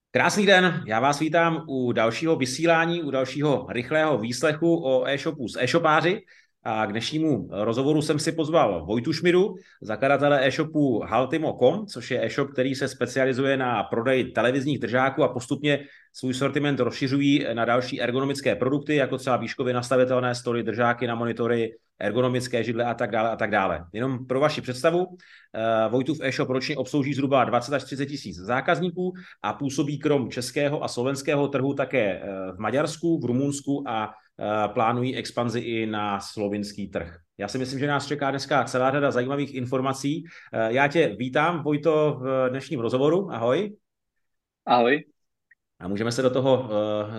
Krásný den, já vás vítám u dalšího vysílání, u dalšího rychlého výslechu o e-shopu s e-shopáři. A k dnešnímu rozhovoru jsem si pozval Vojtu Šmidu, zakladatele e-shopu Haltimo.com, což je e-shop, který se specializuje na prodej televizních držáků a postupně svůj sortiment rozšiřují na další ergonomické produkty, jako třeba výškově nastavitelné stoly, držáky na monitory, ergonomické židle a tak dále a tak dále. Jenom pro vaši představu, Vojtův e-shop ročně obslouží zhruba 20 až 30 tisíc zákazníků a působí krom českého a slovenského trhu také v Maďarsku, v Rumunsku a plánují expanzi i na slovinský trh. Já si myslím, že nás čeká dneska celá řada zajímavých informací. Já tě vítám, Vojto, v dnešním rozhovoru. Ahoj. Ahoj. A můžeme se do toho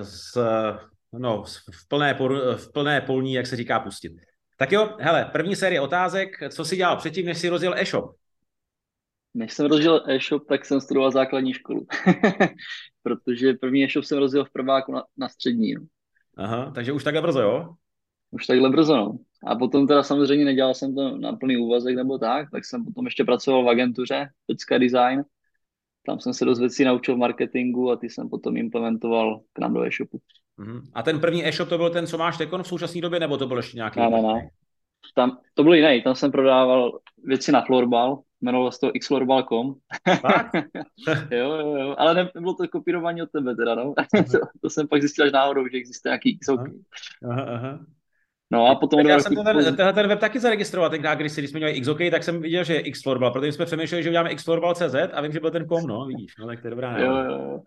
v plné polní, jak se říká, pustit. Tak jo, hele, první série otázek. Co jsi dělal předtím, než jsi rozjel e-shop? Než jsem rozdělil e-shop, tak jsem studoval základní školu. Protože první e-shop jsem rozdělil v prváku na střední. No. Aha, takže už takhle brzo, jo? Už takhle brzo, no. A potom teda samozřejmě nedělal jsem to na plný úvazek nebo tak jsem potom ještě pracoval v agentuře Pecka Design. Tam jsem se dost věcí naučil v marketingu a ty jsem potom implementoval k nám do e-shopu. Mhm. A ten první e-shop to byl ten, co máš teď v současné době, nebo to byl ještě nějaký Ne, úplně? ne, ne. Tam, to bylo jiné, tam jsem prodával věci na florbal, jmenovalo se to xflorbal.com. Fakt? Jo, ale nebylo to kopírování od tebe teda, no. to, Aha, to jsem pak zjistil až náhodou, že existuje nějaký XOK. aha, aha, aha. No a potom o Tak dva já jsem roky tenhle ten web taky zaregistroval tenkrát, když jsme měli XOK, tak jsem viděl, že je Xflorbal, protože jsme přemýšleli, že uděláme Xflorbal.cz a vím, že byl ten kom, no, vidíš, no, tak to je dobrá Jo, náhoda. jo, jo.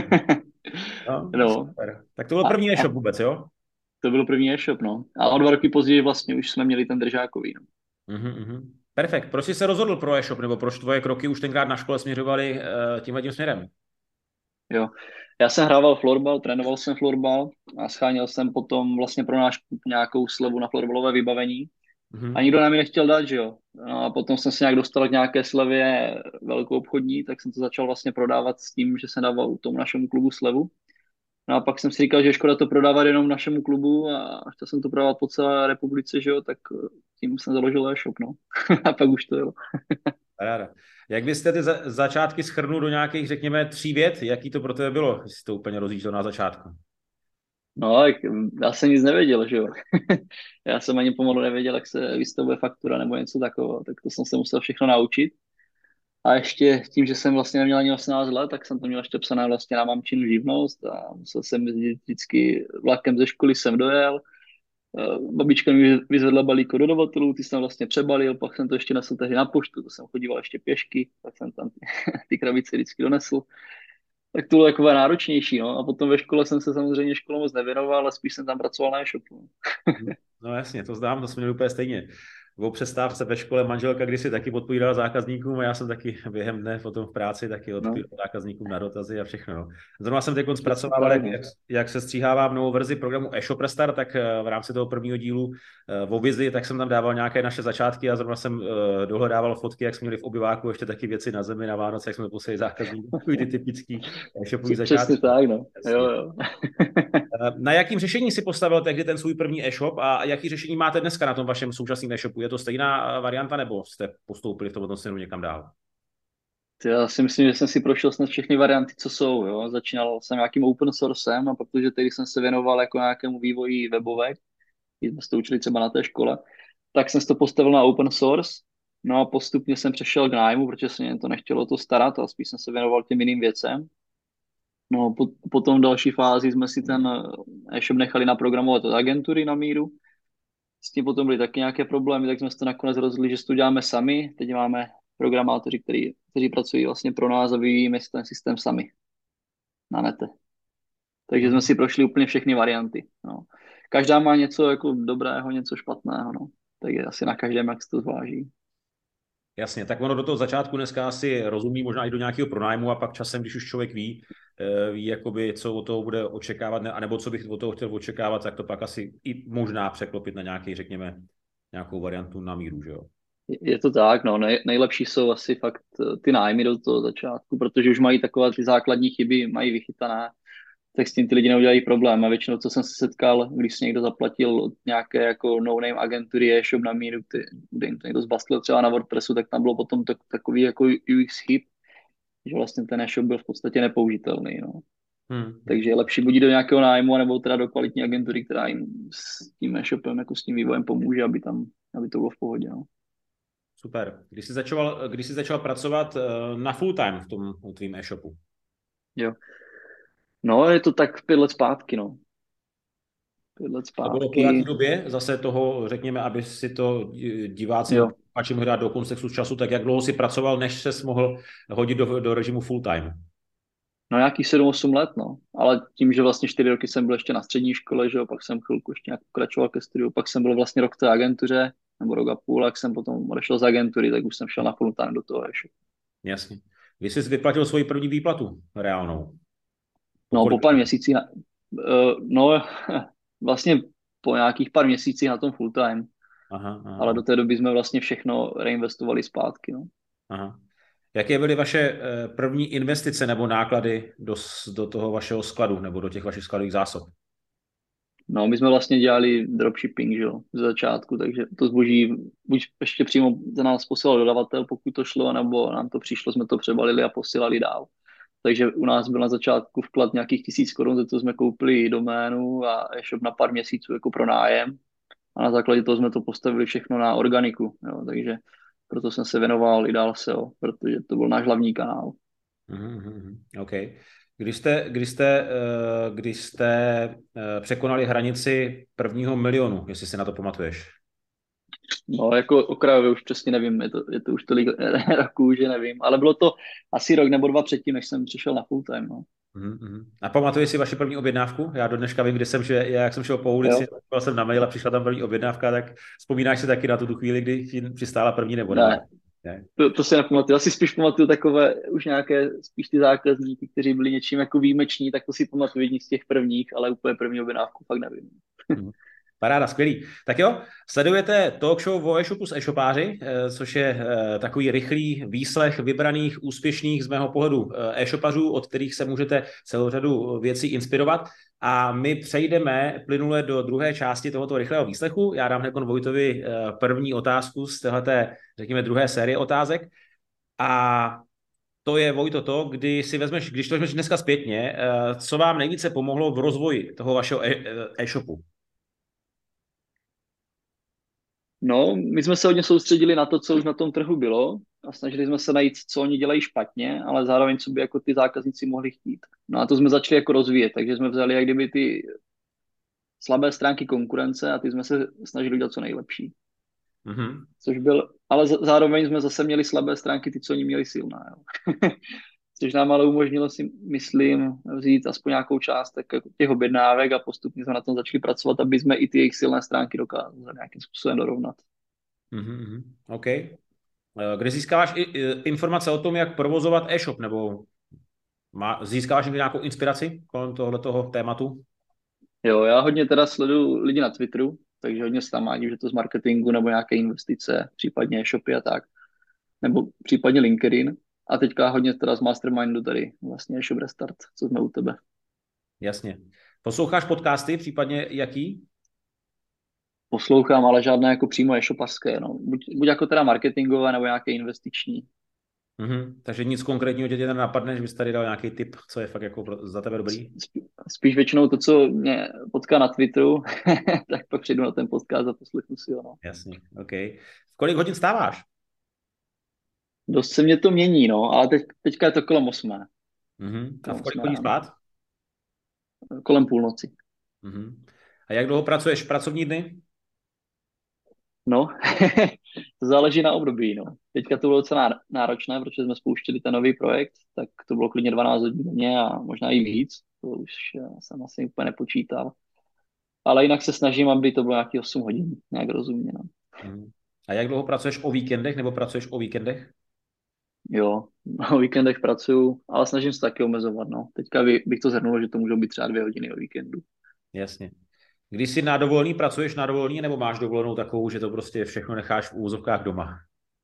No, No, super. Tak to byl první a e-shop vůbec, jo? to byl první e-shop, no. A o 2 roky později vlastně už jsme měli ten držákový, no. Mhm, mhm. Perfekt. Proč jsi se rozhodl pro e-shop, nebo proč tvoje kroky už tenkrát na škole směřovaly tímhle směrem? Jo. Já jsem hrával florbal, trénoval jsem florbal a scháněl jsem potom vlastně pro náš klub nějakou slevu na florbalové vybavení. A Mhm. nikdo nám ji nechtěl dát, že jo. No a potom jsem se nějak dostal k nějaké slevě velkou obchodní, tak jsem to začal vlastně prodávat s tím, že jsem dával tomu našemu klubu slevu. No a pak jsem si říkal, že je škoda to prodávat jenom našemu klubu a chtěl jsem to prodávat po celé republice, že jo, tak tím jsem založil e-shop, no. A pak už to jo. Paráda. Jak byste ty začátky shrnul do nějakých, řekněme, 3 vět? Jaký to pro tebe bylo, když jsi to úplně rozjížděl na začátku? No, tak já jsem nic nevěděl, že jo. Já jsem ani pomalu nevěděl, jak se vystavuje faktura nebo něco takového, tak to jsem se musel všechno naučit. A ještě tím, že jsem vlastně neměl ani 18 let, tak jsem to měl ještě psané vlastně na mamčinu živnost a musel jsem jezdit vždycky vlakem ze školy jsem dojel. Babička mi vyzvedla balík od dodavatelů, ty jsem vlastně přebalil, pak jsem to ještě nesl tehdy na poštu, to jsem chodíval ještě pěšky, tak jsem tam ty krabice vždycky donesl. Tak to bylo takové náročnější, no. A potom ve škole jsem se samozřejmě škole moc nevěnoval, ale spíš jsem tam pracoval na e-shopu. No jasně, to znám, to jsme měli úplně stejně. O přestávce ve škole manželka kdysi taky odpovídala zákazníkům a já jsem taky během dne potom v práci taky No, odpovídal zákazníkům na dotazy a všechno. No. Zrovna jsem teď přesně zpracovával, tak, no. jak se stříhává v novou verzi programu eShop Restart, tak v rámci toho prvního dílu o Vizi, tak jsem tam dával nějaké naše začátky a zrovna jsem dohledával fotky, jak jsme měli v obyváku ještě taky věci na zemi na Vánoce, jak jsme posílali zákazníkům, takový ty typický e-shopový Přesně začátky. tak, no. Jo, Jasně. jo. Na jakým řešení si postavil tehdy ten svůj první e-shop a jaký řešení máte dneska na tom vašem současném e-shopu? Je to stejná varianta nebo jste postoupili v tomto směru někam dál? Já si myslím, že jsem si prošel snad všechny varianty, co jsou. Jo. Začínal jsem nějakým open sourcem, a protože tehdy jsem se věnoval jako nějakému vývoji webovek, když jsme se to učili třeba na té škole, tak jsem si to postavil na open source. No a postupně jsem přešel k nájmu, protože se mě to nechtělo to starat, a spíš jsem se věnoval těm jiným věcem. No, potom v další fázi jsme si ten e-shop nechali naprogramovat od agentury na míru. S tím potom byly taky nějaké problémy, tak jsme se to nakonec rozhodli, že si to děláme sami. Teď máme programátoři, kteří pracují vlastně pro nás a vyvíjíme si ten systém sami na nete. Takže jsme si prošli úplně všechny varianty. No. Každá má něco jako dobrého, něco špatného. No. Tak je asi na každém, jak se to zváží. Jasně, tak ono do toho začátku dneska asi rozumí možná i do nějakého pronájmu a pak časem, když už člověk ví jakoby, co od toho bude očekávat, anebo co bych od toho chtěl očekávat, tak to pak asi i možná překlopit na nějaký, řekněme, nějakou variantu na míru, že jo? Je to tak, no. Nejlepší jsou asi fakt ty nájmy do toho začátku, protože už mají takové ty základní chyby, mají vychytané, tak s tím ty lidi neudělají problém. A většinou, co jsem se setkal, když si někdo zaplatil od nějaké jako no-name agentury e-shop na míru, kde jim to někdo zbastil třeba na WordPressu, tak tam bylo potom takový jako UX chyb, že vlastně ten e-shop byl v podstatě nepoužitelný, no. Hmm. Takže je lepší buď do nějakého nájmu, nebo teda do kvalitní agentury, která jim s tím e-shopem, jako s tím vývojem pomůže, aby to bylo v pohodě, no. Super. Když jsi začal pracovat na full time v tom tvým e-shopu? Jo. No, je to tak 5 let zpátky, no. 5 let To bylo po jaký zpátky, době zase toho, řekněme, aby si to diváci nebo jo. posluchači mohli dát do kontextu času, tak jak dlouho si pracoval, než ses mohl hodit do režimu full time? No nějakých 7-8 let, no. Ale tím, že vlastně 4 roky jsem byl ještě na střední škole, že jo, pak jsem chvilku ještě nějak pokračoval ke studiu, pak jsem byl vlastně rok v té agentuře, nebo rok a půl, jak jsem potom odešel z agentury, tak už jsem šel na full time do toho e-shopu. Jasně. Když jsi vyplatil svoji první výplatu reálnou? Po No, po kolik? pár měsících, no, vlastně po nějakých pár měsících na tom full time, Aha, ale aha, do té doby jsme vlastně všechno reinvestovali zpátky, no. aha. Jaké byly vaše první investice nebo náklady do toho vašeho skladu nebo do těch vašich skladových zásob? No, my jsme vlastně dělali dropshipping, že jo, ze začátku, takže to zboží buď ještě přímo za nás posílal dodavatel, pokud to šlo, nebo nám to přišlo, jsme to přebalili a posílali dál. Takže u nás byl na začátku vklad nějakých 1 000 korun, za to jsme koupili doménu a e-shop na pár měsíců jako pro nájem. A na základě toho jsme to postavili všechno na organiku. Jo, takže proto jsem se věnoval i dál SEO, protože to byl náš hlavní kanál. OK. Když jste překonali hranici 1. milionu, jestli si na to pamatuješ? No, jako okrajově už přesně nevím, je to už tolik roků, že nevím, ale bylo to asi rok nebo dva předtím, než jsem přišel na full time, no. A pamatuješ si vaši první objednávku? Já do dneška vím, jak jsem šel po ulici, Jo, byl jsem na mail a přišla tam první objednávka, tak vzpomínáš si taky na tu chvíli, kdy ti přistála první nebo ne? ne, Ne? to si nepamatuju. Asi spíš pamatuju takové už nějaké, spíš ty zákazníky, kteří byli něčím jako výjimeční, tak to si pamatuju jedni z těch prvních, ale úplně první objednávku fakt nevím. Mhm. Paráda, skvělý. Tak jo, sledujete talk show o e-shopu s e-shopáři, což je takový rychlý výslech vybraných, úspěšných z mého pohledu e-shopařů, od kterých se můžete celou řadu věcí inspirovat. A my přejdeme plynule do druhé části tohoto rychlého výslechu. Já dám hned Vojtovi první otázku z téhleté, řekněme, druhé série otázek. A to je, Vojto, když to vezmeš dneska zpětně, co vám nejvíce pomohlo v rozvoji toho vašeho e-shopu? No, my jsme se hodně soustředili na to, co už na tom trhu bylo a snažili jsme se najít, co oni dělají špatně, ale zároveň, co by jako ty zákazníci mohli chtít. No a to jsme začali jako rozvíjet, takže jsme vzali jak kdyby ty slabé stránky konkurence a ty jsme se snažili udělat co nejlepší. Mhm. Což byl, ale zároveň jsme zase měli slabé stránky, ty, co oni měli silná. Jo. Což nám ale umožnilo si, myslím, vzít aspoň nějakou část tak jako těch objednávek a postupně jsme na tom začali pracovat, aby jsme i ty jejich silné stránky dokázali nějakým způsobem dorovnat. OK. Kde získáváš informace o tom, jak provozovat e-shop, nebo získáváš někdy nějakou inspiraci kolem tohoto tématu? Jo, já hodně teda sleduju lidi na Twitteru, takže hodně se tam má, že to z marketingu nebo nějaké investice, případně e-shopy a tak, nebo případně LinkedIn. A teďka hodně teda z Mastermindu tady vlastně e-shop Restart, co jsme u tebe. Jasně. Posloucháš podcasty, případně jaký? Poslouchám, ale žádné jako přímo e-shopařské, no. Buď jako teda marketingové, nebo nějaké investiční. Takže nic konkrétního tě napadne, že bys tady dal nějaký tip, co je fakt jako za tebe dobrý? Spíš většinou to, co mě potká na Twitteru, tak pak přijdu na ten podcast a poslechnu si ho, no. Jasně, OK. V kolik hodin stáváš? Dost se mě to mění, no, ale teďka je to kolem 8. A Kolem v kolik 8 hodin ráno. spát? Kolem půlnoci. A jak dlouho pracuješ pracovní dny? No, to záleží na období, no. Teďka to bylo docela náročné, protože jsme spouštěli ten nový projekt, tak to bylo klidně 12 hodin denně a možná i víc. To už jsem asi úplně nepočítal. Ale jinak se snažím, aby to bylo nějaký 8 hodin, nějak rozumně, no. Mhm. A jak dlouho pracuješ o víkendech, nebo pracuješ o víkendech? Jo, o víkendech pracuju, ale snažím se taky omezovat, no. Teďka bych to zhrnul, že to můžou být třeba 2 hodiny o víkendu. Jasně. Když jsi na dovolený, pracuješ na dovolený, nebo máš dovolenou takovou, že to prostě všechno necháš v úzovkách doma?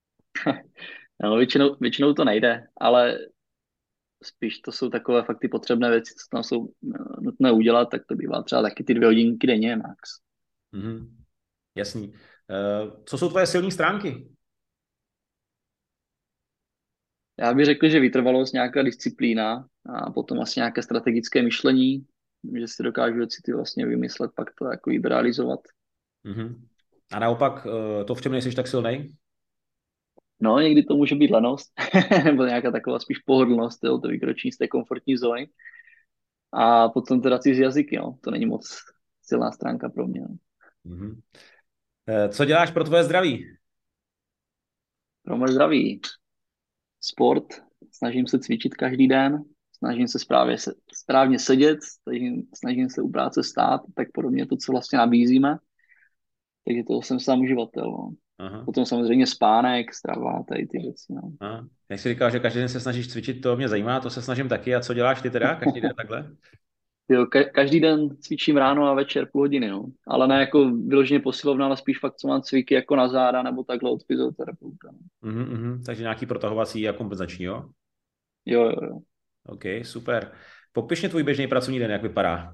No, většinou to nejde, ale spíš to jsou takové fakt ty potřebné věci, co tam jsou nutné udělat, tak to bývá třeba taky ty 2 hodinky denně max. Mhm. Jasný. Co jsou tvoje silné stránky? Já bych řekl, že vytrvalost, nějaká disciplína a potom asi nějaké strategické myšlení, že si dokážu věci ty vlastně vymyslet, pak to jako jít realizovat. Mhm. A naopak to, v čem nejsi tak silnej? No, někdy to může být lenost, nebo nějaká taková spíš pohodlnost, jo, to vykročení z té komfortní zóny. A potom teda cizí jazyky, no, to není moc silná stránka pro mě. No. Mhm. Co děláš pro tvoje zdraví? Pro moje zdraví, sport, snažím se cvičit každý den, snažím se správně sedět, snažím se u práce stát, tak podobně to, co vlastně nabízíme. Takže to jsem sám uživatel. No. Aha. Potom samozřejmě spánek, strava, tady ty věci. No. Aha. Jak jsi říkal, že každý den se snažíš cvičit, to mě zajímá, to se snažím taky. A co děláš ty teda každý den takhle? Jo, každý den cvičím ráno a večer půl hodiny, no. Ale ne jako vyloženě posilovna, ale spíš fakt, co mám cviky jako na záda nebo takhle od fyzioterapeuta. No. Takže nějaký protahovací a kompenzační, jo? Jo, jo, jo. OK, super. Popiš mě tvůj běžný pracovní den, jak vypadá.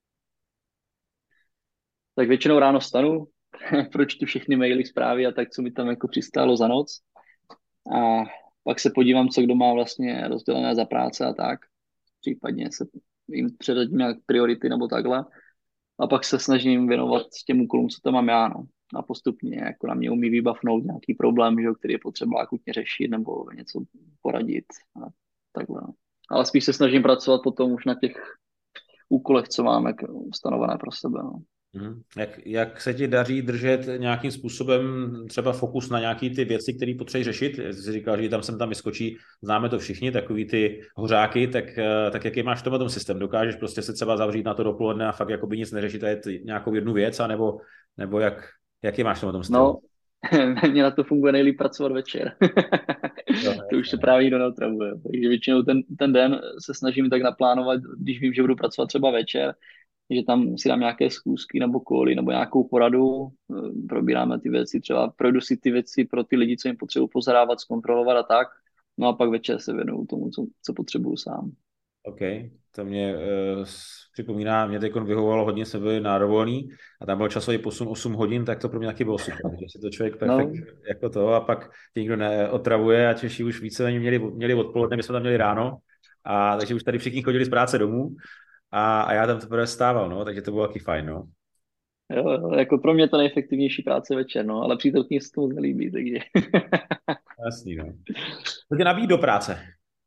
Tak většinou ráno vstanu, pročtu všechny maily, zprávy a tak, co mi tam jako přistálo za noc. A pak se podívám, co kdo má vlastně rozdělené za práce a tak. Případně se jim předadím nějak priority nebo takhle. A pak se snažím věnovat těm úkolům, co tam mám já, no. A postupně jako na mě umí vybavnout nějaký problém, že, jo, který je potřeba akutně řešit nebo něco poradit a takhle. No. Ale spíš se snažím pracovat potom už na těch úkolech, co mám jako stanovené pro sebe. No. Jak se ti daří držet nějakým způsobem třeba fokus na nějaký ty věci, které potřebuješ řešit? Jsi říkal, že tam sem tam vyskočí, známe to všichni, takový ty hořáky, tak jaký máš v tom systém? Dokážeš prostě se třeba zavřít na to dopoledne a fakt jakoby nic neřešit a jet nějakou jednu věc, nebo jaký máš v tom stylu? No, mně na to funguje nejlíp pracovat večer. Jo, To už se jasně. právě nikdo neotravuje. Takže většinou ten den se snažím tak naplánovat, když vím, že budu pracovat třeba večer, že tam si dám nějaké schůzky nebo koly nebo nějakou poradu, probíráme ty věci, třeba projdu si ty věci pro ty lidi, co jim potřebuji pozadávat, zkontrolovat a tak. No a pak večer se věnuju tomu, co potřebuju sám. OK, to mě připomíná, mě teď vyhovovalo hodně, jsme byli na dovolený a tam byl časový posun 8 hodin, tak to pro mě taky bylo super, že si to člověk No, perfektně jako to a pak tě nikdo neotravuje a Češi už víceméně měli odpoledne, my jsme tam měli ráno, a takže už tady všichni chodili z práce domů a já tam teprve stával, no, takže to bylo taky fajn, no. jo, jo, jako pro mě to nejefektivnější práce večer, no, ale přítelkyni se to moc nelíbí, takže Jasný, no. Co tě nabíjí do práce?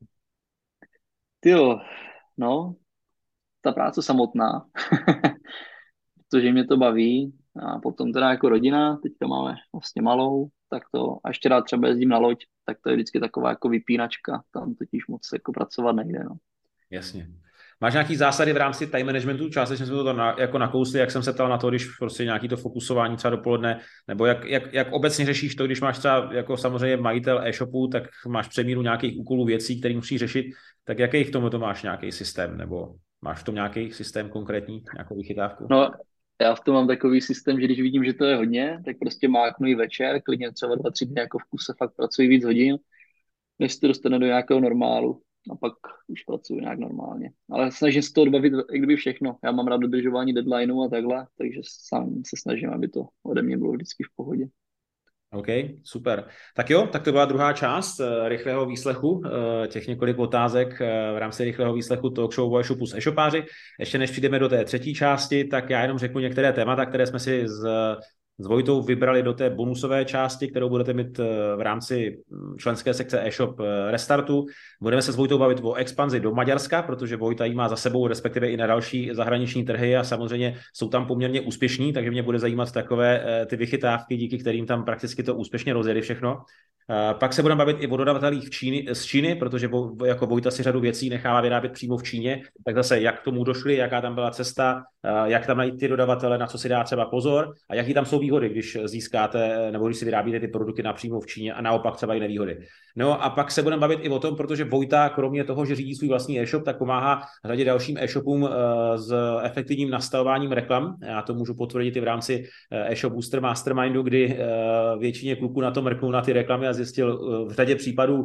ty jo, no, ta práce samotná, protože mě to baví a potom teda jako rodina, teďka máme vlastně malou, tak to, a ještě rád třeba jezdím na loď, tak to je vždycky taková jako vypínačka, tam totiž moc jako pracovat nejde, no. Jasně. Máš nějaký zásady v rámci time managementu? Částečně jsme to jako nakousli, jak jsem se ptal na to, když prostě nějaký to fokusování třeba dopoledne, nebo jak obecně řešíš to, když máš třeba jako samozřejmě majitel e-shopu, tak máš přemíru nějakých úkolů, věcí, které musíš řešit, tak jaký v tomhle to máš nějaký systém, nebo máš v tom nějaký systém konkrétní, nějakou vychytávku? No, já v tom mám takový systém, že když vidím, že to je hodně, tak prostě máknu i večer, klidně třeba 2, 3 dny jako v kuse fakt pracuji víc hodin, než se to dostane do nějakého normálu. A pak už pracuji nějak normálně. Ale snažím se to odbavit, i kdyby všechno. Já mám rád dodržování deadlineu a takhle, takže sám se snažím, aby to ode mě bylo vždycky v pohodě. OK, super. Tak jo, tak to byla druhá část rychlého výslechu, těch několik otázek v rámci rychlého výslechu talk show o e-shopu s e-shopáři. Ještě než přijdeme do té třetí části, tak já jenom řeknu některé témata, které jsme si s Vojtou vybrali do té bonusové části, kterou budete mít v rámci členské sekce e-shop Restartu. Budeme se s Vojtou bavit o expanzi do Maďarska, protože Vojta jí má za sebou, respektive i na další zahraniční trhy a samozřejmě jsou tam poměrně úspěšní, takže mě bude zajímat takové ty vychytávky, díky kterým tam prakticky to úspěšně rozjeli všechno. Pak se budeme bavit i o dodavatelích z Číny, protože jako Vojta si řadu věcí nechala vyrábět přímo v Číně, tak zase jak k tomu došli, jaká tam byla cesta, jak tam najít ty dodavatele, na co si dá třeba pozor a jaký tam jsou výhody, když získáte nebo když si vyrábíte ty produkty napřímo v Číně a naopak třeba i nevýhody. No a pak se budeme bavit i o tom, protože Vojta, kromě toho, že řídí svůj vlastní e-shop, tak pomáhá řadě dalším e-shopům s efektivním nastavováním reklam. Já to můžu potvrdit i v rámci e-shop Booster Mastermindu, kdy většině kluků na to mrknou na ty reklamy a zjistil v řadě případů,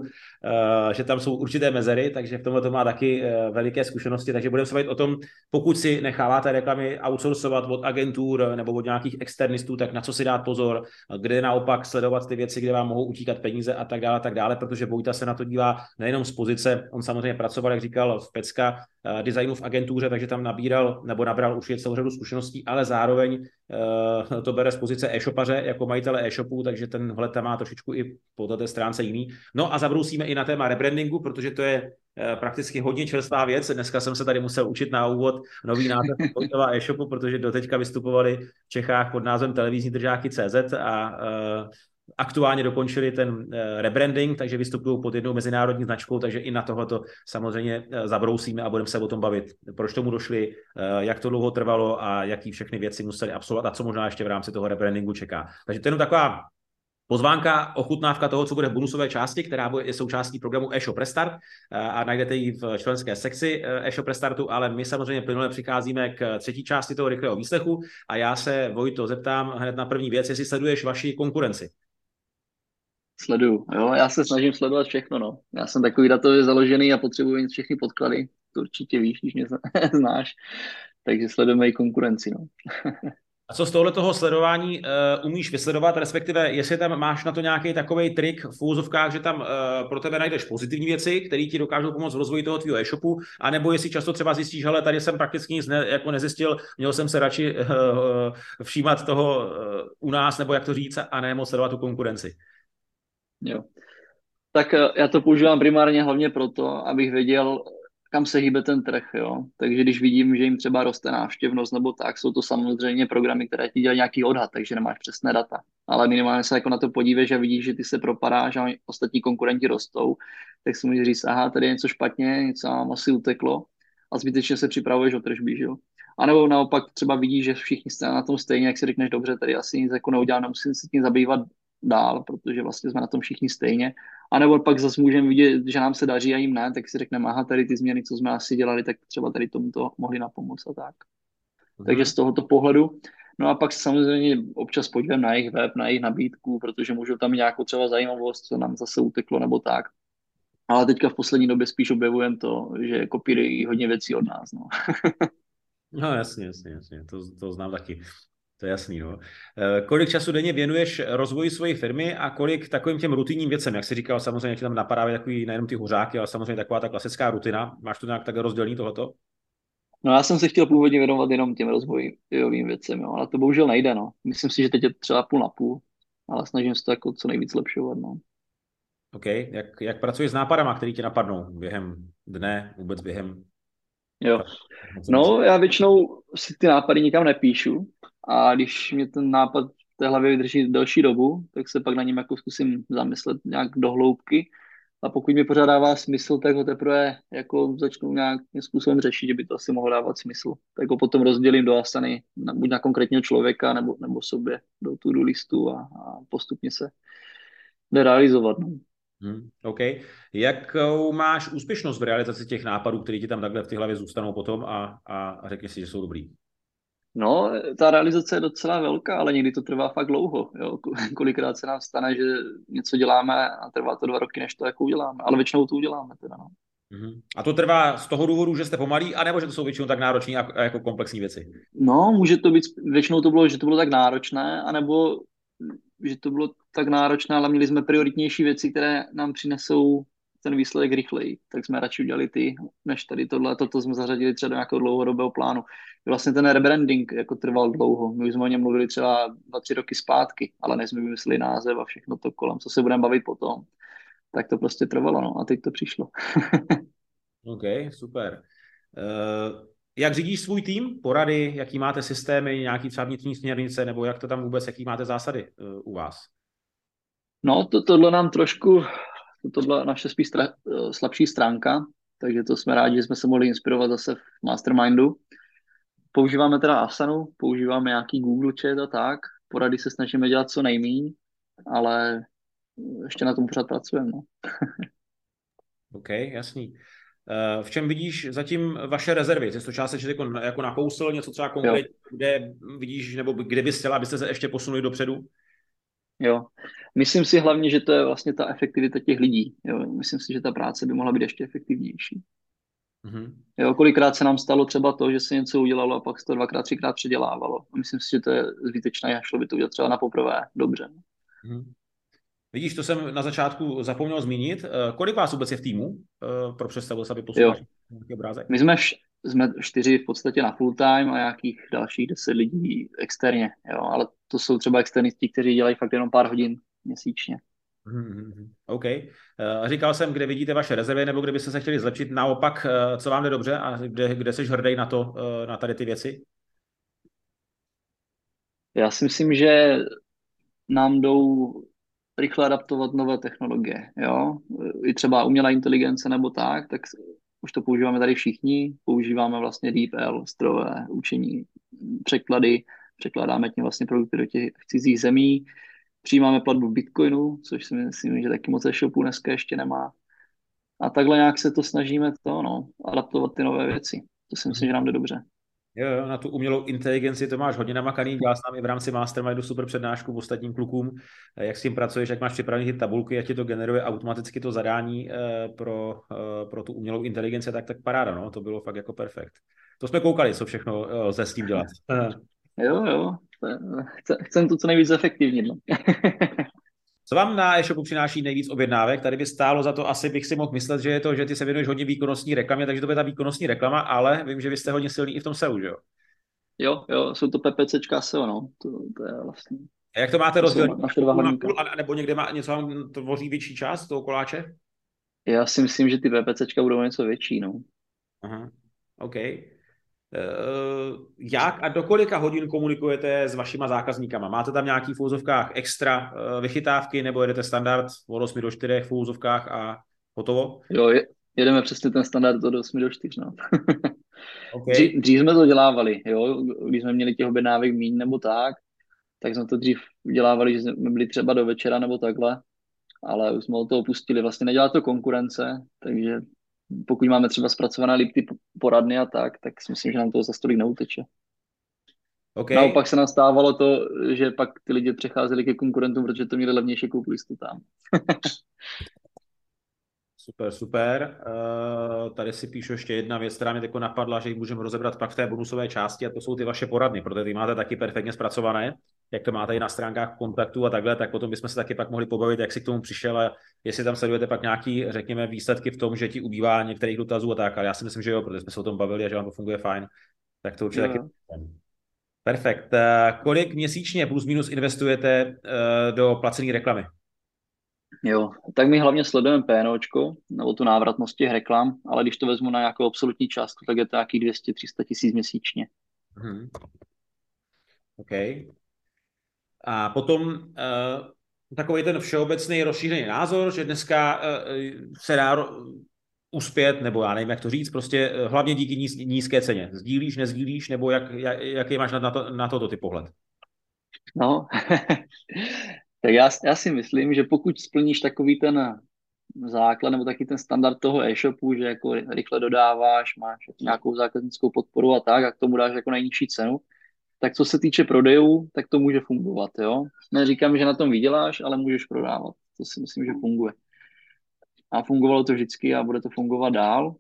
že tam jsou určité mezery, takže v tomhle to má taky veliké zkušenosti, takže budeme se bavit o tom, pokud si necháváte reklamy outsourcovat od agentur nebo od nějakých externistů, tak na co si dát pozor, kde naopak sledovat ty věci, kde vám mohou utíkat peníze a tak dále, protože Vojta se na to dívá nejenom z pozice, on samozřejmě pracoval, jak říkal, v Pecka designu v agentuře, takže tam nabral už celou řadu zkušeností, ale zároveň to bere z pozice e-shopaře jako majitele e-shopu, takže ten vhled tam má trošičku i po této stránce jiný. No a zabrousíme i na téma rebrandingu, protože to je prakticky hodně čerstvá věc. Dneska jsem se tady musel učit na úvod nový název Vojtova e-shopu, protože doteďka vystupovali v Čechách pod názvem televizní držáky CZ a aktuálně dokončili ten rebranding, takže vystupují pod jednou mezinárodní značkou, takže i na tohoto samozřejmě zabrousíme a budeme se o tom bavit. Proč tomu došli, jak to dlouho trvalo a jaký všechny věci museli absolvovat a co možná ještě v rámci toho rebrandingu čeká. Takže to je jenom taková pozvánka, ochutnávka toho, co bude v bonusové části, která je součástí programu eShop Restart a najdete ji v členské sekci eShop Restartu, ale my samozřejmě plynule přicházíme k třetí části toho rychlého výslechu a já se, Vojto, zeptám hned na první věc, jestli sleduješ vaši konkurenci. Sleduju, jo, já se snažím sledovat všechno, no. Já jsem takový datově založený a potřebuji mít všechny podklady, to určitě víš, když mě znáš, takže sledujeme i konkurenci, no. A co z tohoto sledování umíš vysledovat, respektive jestli tam máš na to nějaký takový trik v úzovkách, že tam pro tebe najdeš pozitivní věci, které ti dokážou pomoct v rozvoji toho tvýho e-shopu, anebo jestli často třeba zjistíš, hele, tady jsem prakticky nic jako nezjistil, měl jsem se radši všímat toho u nás, nebo jak to říct, a ne moc sledovat tu konkurenci. Jo. Tak já to používám primárně hlavně proto, abych věděl, kam se hýbe ten trh, jo. Takže když vidím, že jim třeba roste návštěvnost nebo tak, jsou to samozřejmě programy, které ti dělají nějaký odhad, takže nemáš přesné data. Ale minimálně se jako na to podíváš a vidíš, že ty se propadáš a ostatní konkurenti rostou, tak si můžeš říct, aha, tady je něco špatně, něco nám asi uteklo a zbytečně se připravuješ o tržby, že jo. A nebo naopak třeba vidíš, že všichni jste na tom stejně, jak si řekneš, dobře, tady asi nic jako neudělám, nemusím se tím zabývat dál, protože vlastně jsme na tom všichni stejně. A nebo pak zase můžeme vidět, že nám se daří a jim ne, tak si řekneme, aha, tady ty změny, co jsme asi dělali, tak třeba tady tomuto mohli napomoct a tak. Takže z tohoto pohledu. No a pak se samozřejmě občas podívám na jejich web, na jejich nabídku, protože můžou tam mít nějakou třeba zajímavost, co nám zase uteklo nebo tak. Ale teďka v poslední době spíš objevujeme to, že kopírují hodně věcí od nás. No, No jasně, to znám taky. To je jasný, no. Kolik času denně věnuješ rozvoji své firmy a kolik takovým těm rutinním věcem, jak jsi říkal, samozřejmě ti tam napadávají takový nejenom ty hořáky, ale samozřejmě taková ta klasická rutina. Máš to nějak tak rozdělený tohoto? no já jsem se chtěl původně věnovat jenom těm rozvojovým věcem, jo, ale to bohužel nejde, no. Myslím si, že teď je třeba půl na půl, ale snažím se to jako co nejvíc zlepšovat, no. OK. Jak pracuješ s nápadama, který tě napadnou během dne, vůbec během... Jo. No, já většinou si ty nápady nikam nepíšu a když mě ten nápad v té hlavě vydrží delší dobu, tak se pak na něm jako zkusím zamyslet nějak do hloubky a pokud mi pořád dává smysl, tak ho teprve jako začnu nějakým způsobem řešit, že by to asi mohlo dávat smysl. Tak ho potom rozdělím do asany, buď na konkrétního člověka, nebo sobě do to-do listu a postupně se jde realizovat. No. OK. Jakou máš úspěšnost v realizaci těch nápadů, které ti tam takhle v té hlavě zůstanou potom a řekni si, že jsou dobrý? No, ta realizace je docela velká, ale někdy to trvá fakt dlouho. Jo. Kolikrát se nám stane, že něco děláme a trvá to 2 roky, než to jako uděláme. Ale většinou to uděláme teda, no. A to trvá z toho důvodu, že jste pomalí, anebo že to jsou většinou tak náročné a jako komplexní věci? No, může to být, většinou to bylo, že to bylo tak náročné, anebo že to bylo tak náročné, ale měli jsme prioritnější věci, které nám přinesou ten výsledek rychleji, tak jsme radši udělali ty, než tady tohle. Toto jsme zařadili třeba do nějakého dlouhodobého plánu. Vlastně ten rebranding jako trval dlouho. My už jsme o něm mluvili třeba 2-3 roky zpátky, ale než jsme vymysleli název a všechno to kolem, co se budeme bavit potom. Tak to prostě trvalo, no a teď to přišlo. OK, super. Jak řídíš svůj tým? Porady, jaký máte systémy, nějaký třeba vnitřní směrnice, nebo jak to tam vůbec, jaký máte zásady u vás? No, tohle nám trošku, to byla naše spíš slabší stránka, takže to jsme rádi, že jsme se mohli inspirovat zase v Mastermindu. Používáme teda Asanu, používáme nějaký Google Chat a tak, porady se snažíme dělat co nejméně, ale ještě na tom pořád pracujeme. No. OK, jasný. V čem vidíš zatím vaše rezervy? Jsi to částečně jako nakousl, něco třeba konkrétně, kde vidíš, nebo kde bys chtěla, abyste se ještě posunuli dopředu? Jo, myslím si hlavně, že to je vlastně ta efektivita těch lidí. Jo. Myslím si, že ta práce by mohla být ještě efektivnější. Mhm. Jo, kolikrát se nám stalo třeba to, že se něco udělalo a pak se to dvakrát, třikrát předělávalo. A myslím si, že to je zbytečné a šlo by to udělat třeba na poprvé dobře. Mhm. Vidíš, to jsem na začátku zapomněl zmínit. Kolik vás vůbec je v týmu? Pro představu, aby Jo, posluchač nějaký obrázek. my jsme 4 v podstatě na full time a nějakých dalších 10 lidí externě, jo, ale to jsou třeba externisti, kteří dělají fakt jenom pár hodin měsíčně. OK. Říkal jsem, kde vidíte vaše rezervy, nebo kde byste se chtěli zlepšit. Naopak, co vám jde dobře a kde jsi hrdý na to, na tady ty věci? Já si myslím, že nám jdou rychle adaptovat nové technologie, jo. I třeba umělá inteligence nebo tak už to používáme tady všichni, používáme vlastně DeepL, strojové učení, překlady, překládáme tím vlastně produkty do těch cizích zemí, přijímáme platbu v Bitcoinu, což si myslím, že taky moc e-shopů dneska ještě nemá. A takhle nějak se to snažíme adaptovat ty nové věci. To si myslím, že nám jde dobře. Jo, jo, na tu umělou inteligenci to máš hodně namakaný, dělal jsi nám i v rámci Mastermindu super přednášku v ostatním klukům, jak s tím pracuješ, jak máš připravené ty tabulky, jak ti to generuje automaticky to zadání pro tu umělou inteligenci, tak paráda, no, to bylo fakt jako perfekt. To jsme koukali, co všechno lze s tím dělat. Jo, jo, chcem to co nejvíc efektivnit. No. Co vám na e-shopu přináší nejvíc objednávek? Tady by stálo za to, asi bych si mohl myslet, že je to, že ty se věnuješ hodně výkonnostní reklamě, takže to bude ta výkonnostní reklama, ale vím, že vy jste hodně silný i v tom SEO, že jo? Jo, jo, jsou to PPCčka SEO, no. To je vlastně, A jak to máte to jsou rozdělené? naše dva Půl na hlavníka. půl, nebo někde má něco vám tvoří větší část toho koláče? Já si myslím, že ty PPCčka budou něco větší, no. Aha, OK. Jak a do kolika hodin komunikujete s vašima zákazníkama? Máte tam nějaký v úzovkách extra vychytávky, nebo jedete standard od 8 do 4 v úzovkách a hotovo? Jo, jedeme přesně ten standard od 8 do 4, no. OK. Dřív jsme to dělávali, jo, když jsme měli těch objednávek míň nebo tak jsme to dřív dělávali, že jsme byli třeba do večera nebo takhle, ale už jsme od toho opustili. Vlastně nedělá to konkurence, takže pokud máme třeba zpracované líp ty poradny a tak si myslím, že nám to za stolik neuteče. OK. Naopak se nám stávalo to, že pak ty lidi přecházeli ke konkurentům, protože to měli levnější, koupili si to tam. Super, super. Tady si píšu ještě jedna věc, která mě teď napadla, že ji můžeme rozebrat pak v té bonusové části, a to jsou ty vaše poradny, protože ty máte taky perfektně zpracované, jak to máte i na stránkách kontaktu a takhle, tak potom bychom se taky pak mohli pobavit, jak si k tomu přišel a jestli tam sledujete pak nějaký, řekněme, výsledky v tom, že ti ubývá některých dotazů a tak, ale já si myslím, že jo, protože jsme se o tom bavili a že vám to funguje fajn, tak to určitě Jo, taky. jo. Perfekt. Kolik měsíčně plus minus investujete do placené reklamy? Jo, tak my hlavně sledujeme PNOčko, nebo tu návratnost těch reklam, ale když to vezmu na nějakou absolutní částku, tak je to nějakých 200-300 tisíc měsíčně. Mhm. OK. A potom takový ten všeobecný rozšířený názor, že dneska se dá uspět, nebo já nevím, jak to říct, prostě hlavně díky nízké ceně. Sdílíš, nezdílíš, nebo jaký máš na toto ty pohled? No, tak já si myslím, že pokud splníš takový ten základ nebo taky ten standard toho e-shopu, že jako rychle dodáváš, máš nějakou zákaznickou podporu a k tomu dáš jako nejnižší cenu, tak co se týče prodejů, tak to může fungovat, jo. Neříkám, že na tom vyděláš, ale můžeš prodávat. To si myslím, že funguje. A fungovalo to vždycky a bude to fungovat dál,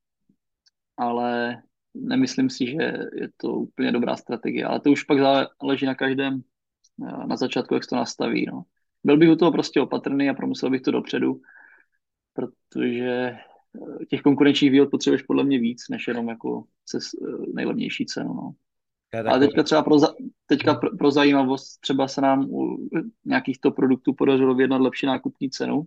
ale nemyslím si, že je to úplně dobrá strategie. Ale to už pak záleží na každém na začátku, jak se to nastaví. No. Byl bych u toho prostě opatrný a promyslel bych to dopředu, protože těch konkurenčních výhod potřebuješ podle mě víc, než jenom jako nejlevnější cenu. No. To je Ale takové. teďka pro zajímavost, třeba se nám u nějakých to produktů podařilo vyjednat lepší nákupní cenu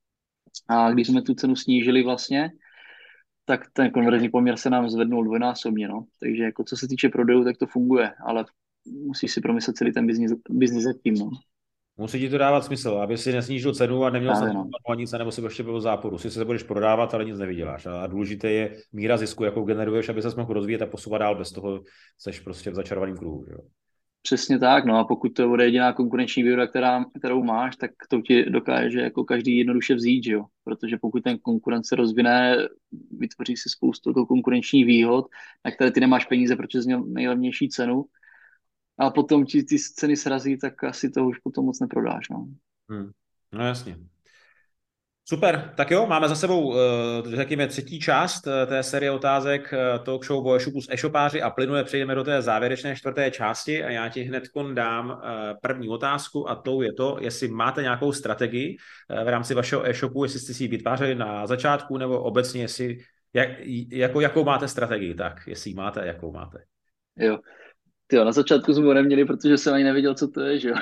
a když jsme tu cenu snížili vlastně, tak ten konverzní poměr se nám zvednul dvojnásobně. No. Takže jako co se týče prodejů, tak to funguje, ale musíš si promyslet celý ten biznis zatím. No. Musí ti to dávat smysl, aby si nesnížil cenu a neměl Právě snad no. nic, nebo si ještě byl v záporu. Si se budeš prodávat, ale nic nevyděláš. A důležité je míra zisku, jakou generuješ, aby se mohl rozvíjet a posouvat dál. Bez toho seš prostě v začarovaném kruhu. Jo? Přesně tak, no a pokud to bude jediná konkurenční výhoda, kterou máš, tak to ti dokáže jako každý jednoduše vzít, že jo? Protože pokud ten konkurent se rozvine, vytvoří si spoustu jako konkurenčních výhod, na které ty nemáš peníze, protože jsi měl nejlevnější cenu, a potom ti ty ceny srazí, tak asi to už potom moc neprodáš, no. No jasně. Super, tak jo, máme za sebou, řekněme, třetí část té série otázek talk show o e-shopu s e-shopáři a plynule přejdeme do té závěrečné čtvrté části a já ti hned dám první otázku a tou je to, jestli máte nějakou strategii v rámci vašeho e-shopu, jestli jste si ji vytvářeli na začátku nebo obecně, jestli, jakou máte strategii, tak jestli ji máte, jakou máte. Jo. Tyjo, na začátku jsme ho neměli, protože jsem ani nevěděl, co to je, že jo.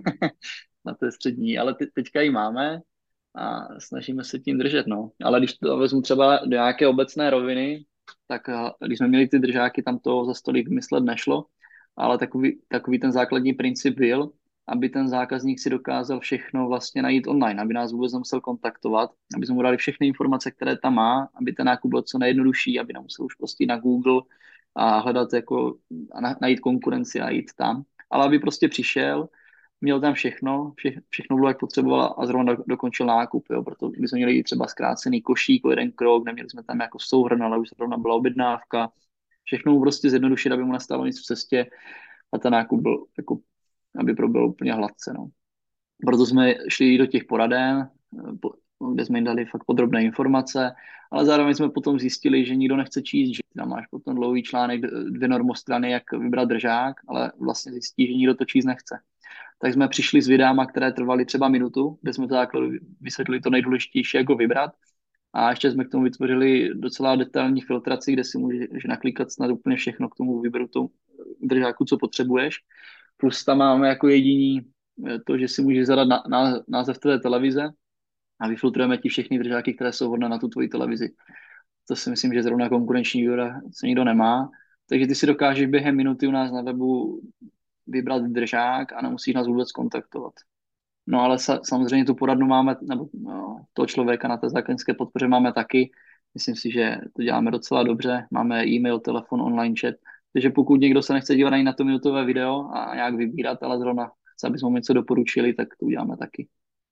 Na té střední, ale teďka ji máme a snažíme se tím držet, no. Ale když to vezmu třeba do nějaké obecné roviny, tak když jsme měli ty držáky, tam to za stolik vymyslet nešlo, ale takový ten základní princip byl, aby ten zákazník si dokázal všechno vlastně najít online, aby nás vůbec nemusel kontaktovat, aby jsme mu dali všechny informace, které tam má, aby ten nákup byl co nejjednodušší, aby nemusel už prostě na Google a hledat jako a najít konkurenci a jít tam, ale aby prostě přišel, měl tam všechno bylo, jak potřeboval a zrovna dokončil nákup, jo, proto my jsme měli třeba zkrácený košík o jeden krok, neměli jsme tam jako souhrn, ale už zrovna byla objednávka, všechno mu prostě zjednodušit, aby mu nestalo nic v cestě a ten nákup byl, jako, aby proběhl úplně hladce, no. Proto jsme šli do těch poraden, kde jsme jim dali fakt podrobné informace, ale zároveň jsme potom zjistili, že nikdo nechce číst, že tam máš potom dlouhý článek, 2 normostrany, jak vybrat držák, ale vlastně zjistí, že nikdo to číst nechce. Tak jsme přišli s videama, které trvaly třeba minutu, kde jsme v základu vysvětlili to nejdůležitější, jak ho vybrat. A ještě jsme k tomu vytvořili docela detailní filtraci, kde si můžeš naklikat snad úplně všechno k tomu výběru tomu držáku, co potřebuješ. Plus tam máme jako jediný to, že si můžeš zadat název tvé televize a vyfiltrujeme ti všechny držáky, které jsou vhodné na tu tvoji televizi. To si myslím, že zrovna konkurenční výhoda, co nikdo nemá. Takže ty si dokážeš během minuty u nás na webu vybrat držák a nemusíš nás vůbec kontaktovat. No ale samozřejmě tu poradnu máme, nebo toho člověka na té zákaznické podpoře máme taky. Myslím si, že to děláme docela dobře. Máme e-mail, telefon, online chat. Takže pokud někdo se nechce dívat ani na to minutové video a nějak vybírat, ale zrovna chce, aby jsme mu něco doporučili, tak to uděláme taky.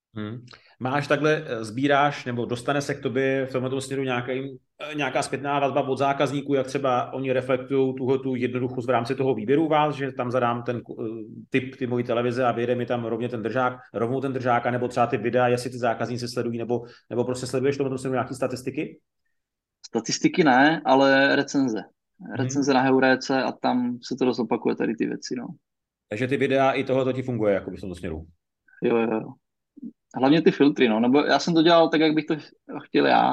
Máš takhle, sbíráš, nebo dostane se k tobě v tomto směru nějaká zpětná vazba od zákazníků, jak třeba oni reflektují tu jednoduchost v rámci toho výběru vás, že tam zadám ten typ ty mojí televize a vyjede mi tam rovnou ten držák, nebo třeba ty videa, jestli ty zákazníci sledují, nebo prostě sleduješ v tomto směru nějaké statistiky? Statistiky ne, ale recenze. Recenze na Heuréce a tam se to dost opakuje tady ty věci, no. Takže ty videa i tohle ti funguje, jako v tomto směru? Jo. Hlavně ty filtry, no, nebo já jsem to dělal tak, jak bych to chtěl já.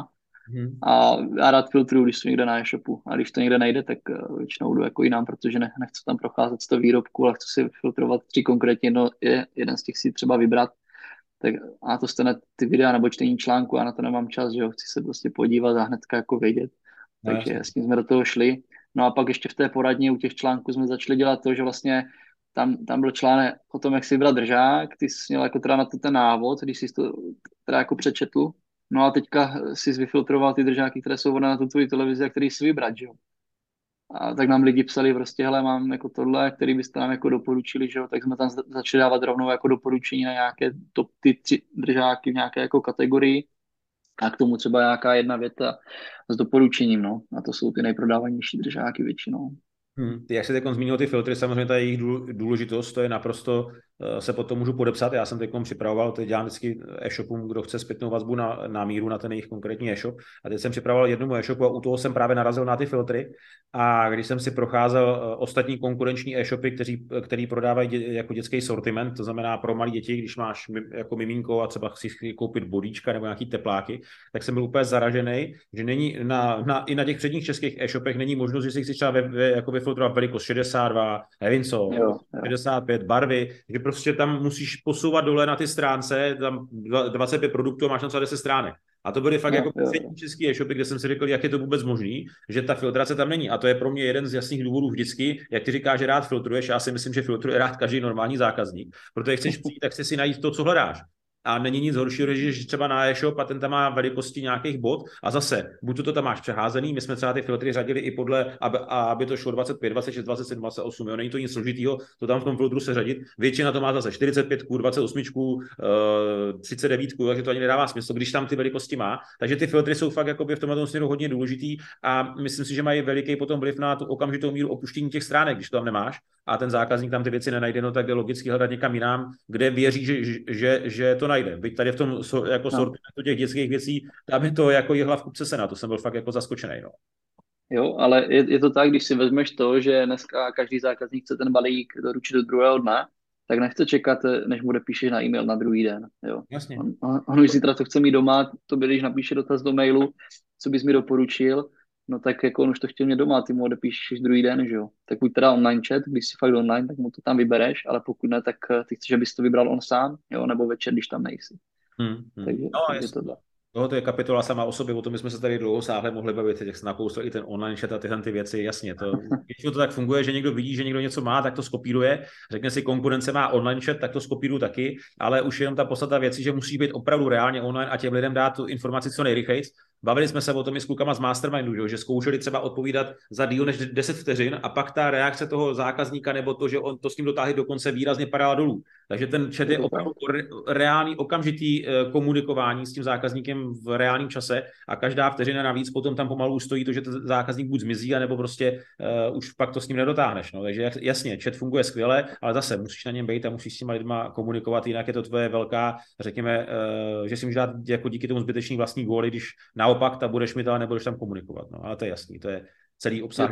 A já rád filtruju, když jsem někde na e-shopu. A když to někde nejde, tak většinou jdu jako jinam, protože nechci tam procházet z toho výrobku, ale chci si filtrovat 3 konkrétně, jeden z těch si třeba vybrat. Tak a to stane ty videa nebo čtení článku a na to nemám čas, že jo, chci se prostě podívat a hnedka jako vědět. Takže s tím jsme do toho šli. No a pak ještě v té poradně u těch článků jsme začali dělat to, že vlastně tam byl článek o tom, jak si vybrat držák, ty jsi měl jako teda na to ten návod, když jsi to teda jako přečetl. No a teďka jsi vyfiltroval ty držáky, které jsou vhodné na tu tvoji televizi a který si vybrat, že jo. A tak nám lidi psali prostě, hele, mám jako tohle, který byste nám jako doporučili, že jo, tak jsme tam začali dávat rovnou jako doporučení na nějaké top ty 3 držáky v nějaké jako kategorii a k tomu třeba nějaká jedna věta s doporučením, no. A to jsou ty nejprodávanější držáky většinou. Ty, jak jsi teď zmínil ty filtry, samozřejmě ta jejich důležitost, to je naprosto, se pod to můžu podepsat. Já jsem teď připravoval, teď dělám vždycky e-shopům, kdo chce zpětnou vazbu na míru, na ten jejich konkrétní e-shop. A teď jsem připravoval jednomu e-shopu a u toho jsem právě narazil na ty filtry. A když jsem si procházel ostatní konkurenční e-shopy, který prodávají jako dětský sortiment, to znamená pro malé děti, když máš jako miminko a třeba chci koupit bodíčka nebo nějaký tepláky, tak jsem byl úplně zaražený, že není i na těch předních českých e-shopech není možnost, že si chci třeba jako vyfiltrovat velikost 62, nevím co, 65 barvy, že prostě tam musíš posouvat dole na ty stránce, tam 25 produktů a máš tam třeba 10 stránek. A to byly fakt jako přední český e-shopy, kde jsem si řekl, jak je to vůbec možný, že ta filtrace tam není. A to je pro mě jeden z jasných důvodů vždycky, jak ty říkáš, že rád filtruješ, já si myslím, že filtruje rád každý normální zákazník, protože chceš přijít, tak chceš si najít to, co hledáš. A není nic horšího, že třeba na e-shop a ten tam má velikosti nějakých bod a zase, buď to tam máš přeházený, my jsme třeba ty filtry řadili i podle, aby to šlo 25, 26, 27, 28, jo, není to nic složitýho, to tam v tom filtru se řadit. Většina to má zase 45, 28, 39, takže to ani nedává smysl, když tam ty velikosti má. Takže ty filtry jsou fakt jakoby v tomhle směru hodně důležitý a myslím si, že mají veliký potom vliv na tu okamžitou míru opuštění těch stránek, když to tam nemáš a ten zákazník tam ty věci nenajde, no tak jde logicky hledat někam jinam, kde věří, že to najde. najde. Byť tady v tom jako No. sortimentu těch dětských věcí, tam je to jako jehla v kupce sena, to jsem byl fakt jako zaskočený, no. Jo, ale je to tak, když si vezmeš to, že dneska každý zákazník chce ten balík doručit do druhého dne, tak nechce čekat, než mu odepíšeš na e-mail na druhý den. Jo. Jasně. On už zítra to chce mít doma, to když napíše dotaz do mailu, co bys mi doporučil, no tak jako on už to chtěl mít doma, ty mu odepíšeš druhý den, že jo. Tak buď teda online chat, když jsi fakt online, tak mu to tam vybereš, ale pokud ne, tak ty chceš, abys to vybral on sám, jo, nebo večer, když tam nejsi. No, Takže to jasně. tak. To je kapitola sama o sobě, o tom jsme se tady dlouho sáhle mohli bavit, jak se nakousl i ten online chat a tyhle ty věci, jasně. Když to tak funguje, že někdo vidí, že někdo něco má, tak to skopíruje, řekne si, konkurence má online chat, tak to skopíruju taky, ale už jenom ta podstata věcí, že musí být opravdu reálně online a těm lidem dát tu informaci co nejrychleji. Bavili jsme se o tom i s klukama z Mastermindu, že zkoušeli třeba odpovídat za díl než 10 vteřin a pak ta reakce toho zákazníka nebo to, že on to s ním dotáhli do konce, výrazně padala dolů. Takže ten chat je opravdu reálný, okamžitý komunikování s tím zákazníkem v reálném čase a každá vteřina navíc potom tam pomalu stojí to, že ten zákazník buď zmizí, anebo prostě už pak to s ním nedotáhneš. No. Takže jasně, chat funguje skvěle, ale zase musíš na něm být a musíš s těma lidma komunikovat, jinak je to tvoje velká, řekněme, že si můžeš dát jako díky tomu zbytečný vlastní góly, když naopak ta budeš mít, ale nebudeš tam komunikovat. No. Ale to je jasný, to je celý obsah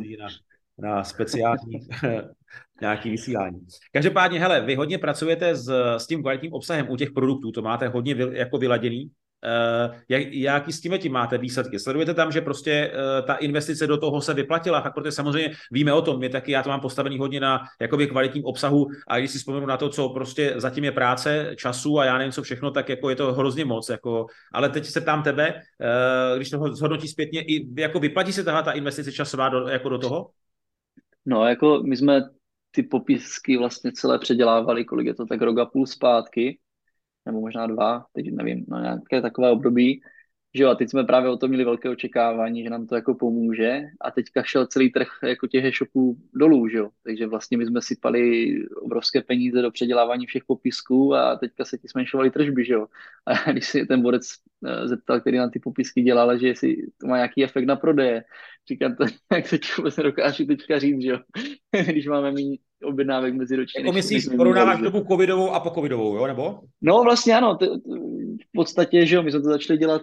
na speciální nějaký vysílání. Každopádně, hele, vy hodně pracujete s tím kvalitním obsahem u těch produktů, to máte hodně jako vyladěný. Jaký s tím máte výsledky? Sledujete tam, že prostě ta investice do toho se vyplatila, tak protože samozřejmě víme o tom, já to mám postavený hodně na jakoby kvalitním obsahu a když si vzpomenu na to, co prostě zatím je práce, času a já nevím co všechno, tak jako je to hrozně moc. Jako, ale teď se ptám tebe, když to zhodnotí zpětně, jako vyplatí se tahle ta investice časová jako do toho? No, jako my jsme ty popisky vlastně celé předělávali, kolik je to tak rok a půl zpátky, nebo možná 2, teď nevím, no nějaké takové období, že jo, a teď jsme právě o tom měli velké očekávání, že nám to jako pomůže a teďka šel celý trh jako těch e-shopů dolů, že jo, takže vlastně my jsme sypali obrovské peníze do předělávání všech popisků a teďka se ti zmenšovaly tržby, že jo, a když si ten borec zeptal, který nám ty popisky dělal, že jestli to má nějaký efekt na prodeje, říkám to, jak teď vůbec nedokážu teďka říct, že jo, když máme méně objednávek meziročně. Jako myslíš, porovnáváš dobu covidovou a po covidovou, jo, nebo? No vlastně ano, v podstatě, že jo, my jsme to začali dělat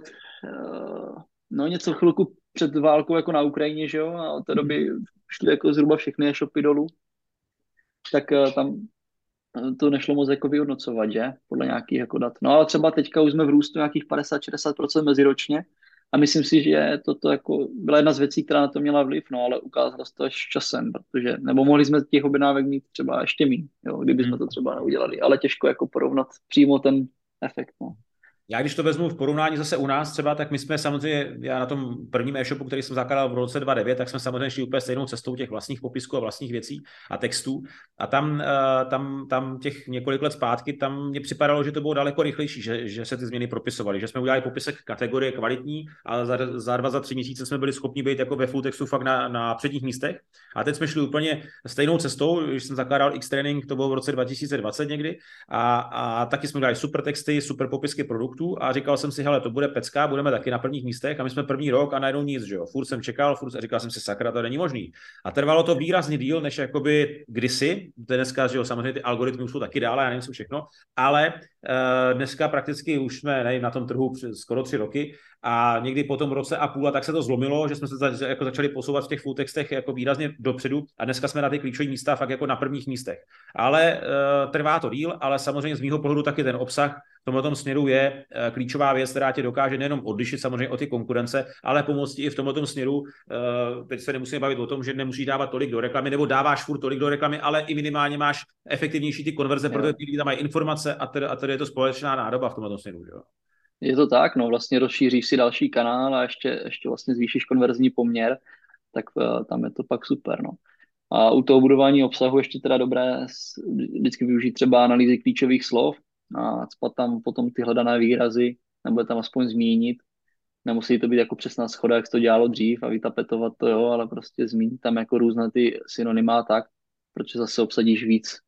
no něco chvilku před válkou jako na Ukrajině, že jo, a od té doby šly jako zhruba všechny e-shopy dolů, tak tam to nešlo moc jako vyhodnocovat, že, podle nějakých jako dat. No ale třeba teďka už jsme v růstu nějakých 50-60% meziročně a myslím si, že toto jako byla jedna z věcí, která na to měla vliv, no ale ukázalo se to až časem, protože, nebo mohli jsme těch objednávek mít třeba ještě méně, jo, kdyby jsme to třeba neudělali, ale těžko jako porovnat přímo ten efekt, no. Já když to vezmu v porovnání zase u nás třeba, tak my jsme samozřejmě, já na tom prvním e-shopu, který jsem zakládal v roce 2009, tak jsme samozřejmě šli úplně stejnou cestou těch vlastních popisků a vlastních věcí a textů. A tam těch několik let zpátky, tam mně připadalo, že to bylo daleko rychlejší, že se ty změny propisovaly, že jsme udělali popisek kategorie kvalitní a za 2-3 měsíce jsme byli schopni být jako ve full textu fakt na předních místech. A teď jsme šli úplně stejnou cestou, když jsem zakládal X-Training, to bylo v roce 2020 někdy, a taky jsme udělali super texty, super popisky produktů a říkal jsem si, hele, to bude pecka, budeme taky na prvních místech a my jsme první rok a najednou nic, že jo. Furt jsem čekal, a říkal jsem si, sakra, to není možný. A trvalo to výrazně díl, než jakoby kdysi, dneska, že jo, samozřejmě ty algoritmy už jsou taky dále, já nevím co všechno, ale dneska prakticky už jsme, nevím, na tom trhu skoro 3 roky a někdy po tom roce a půl a tak se to zlomilo, že jsme se jako začali posouvat v těch full textech jako výrazně dopředu a dneska jsme na ty klíčové místa fakt jako na prvních místech. Ale trvá to díl, ale samozřejmě z mýho pohledu taky ten obsah v tomto směru je klíčová věc, která tě dokáže nejenom odlišit samozřejmě od ty konkurence, ale pomoct i v tomto směru. Teď se nemusíme bavit o tom, že nemusíš dávat tolik do reklamy, nebo dáváš furt tolik do reklamy, ale i minimálně máš efektivnější ty konverze, protože ty lidi tam mají informace a tady je to společná nádoba v tomto směru. Jo? Je to tak, no vlastně rozšíříš si další kanál a ještě vlastně zvýšíš konverzní poměr, tak tam je to pak super, no. A u toho budování obsahu ještě teda dobré vždycky využít třeba analýzy klíčových slov a cpat tam potom ty hledané výrazy, nebo je tam aspoň zmínit. Nemusí to být jako přesná schoda, jak se to dělalo dřív a vytapetovat to, jo, ale prostě zmínit tam jako různé ty synonyma tak, protože zase obsadíš víc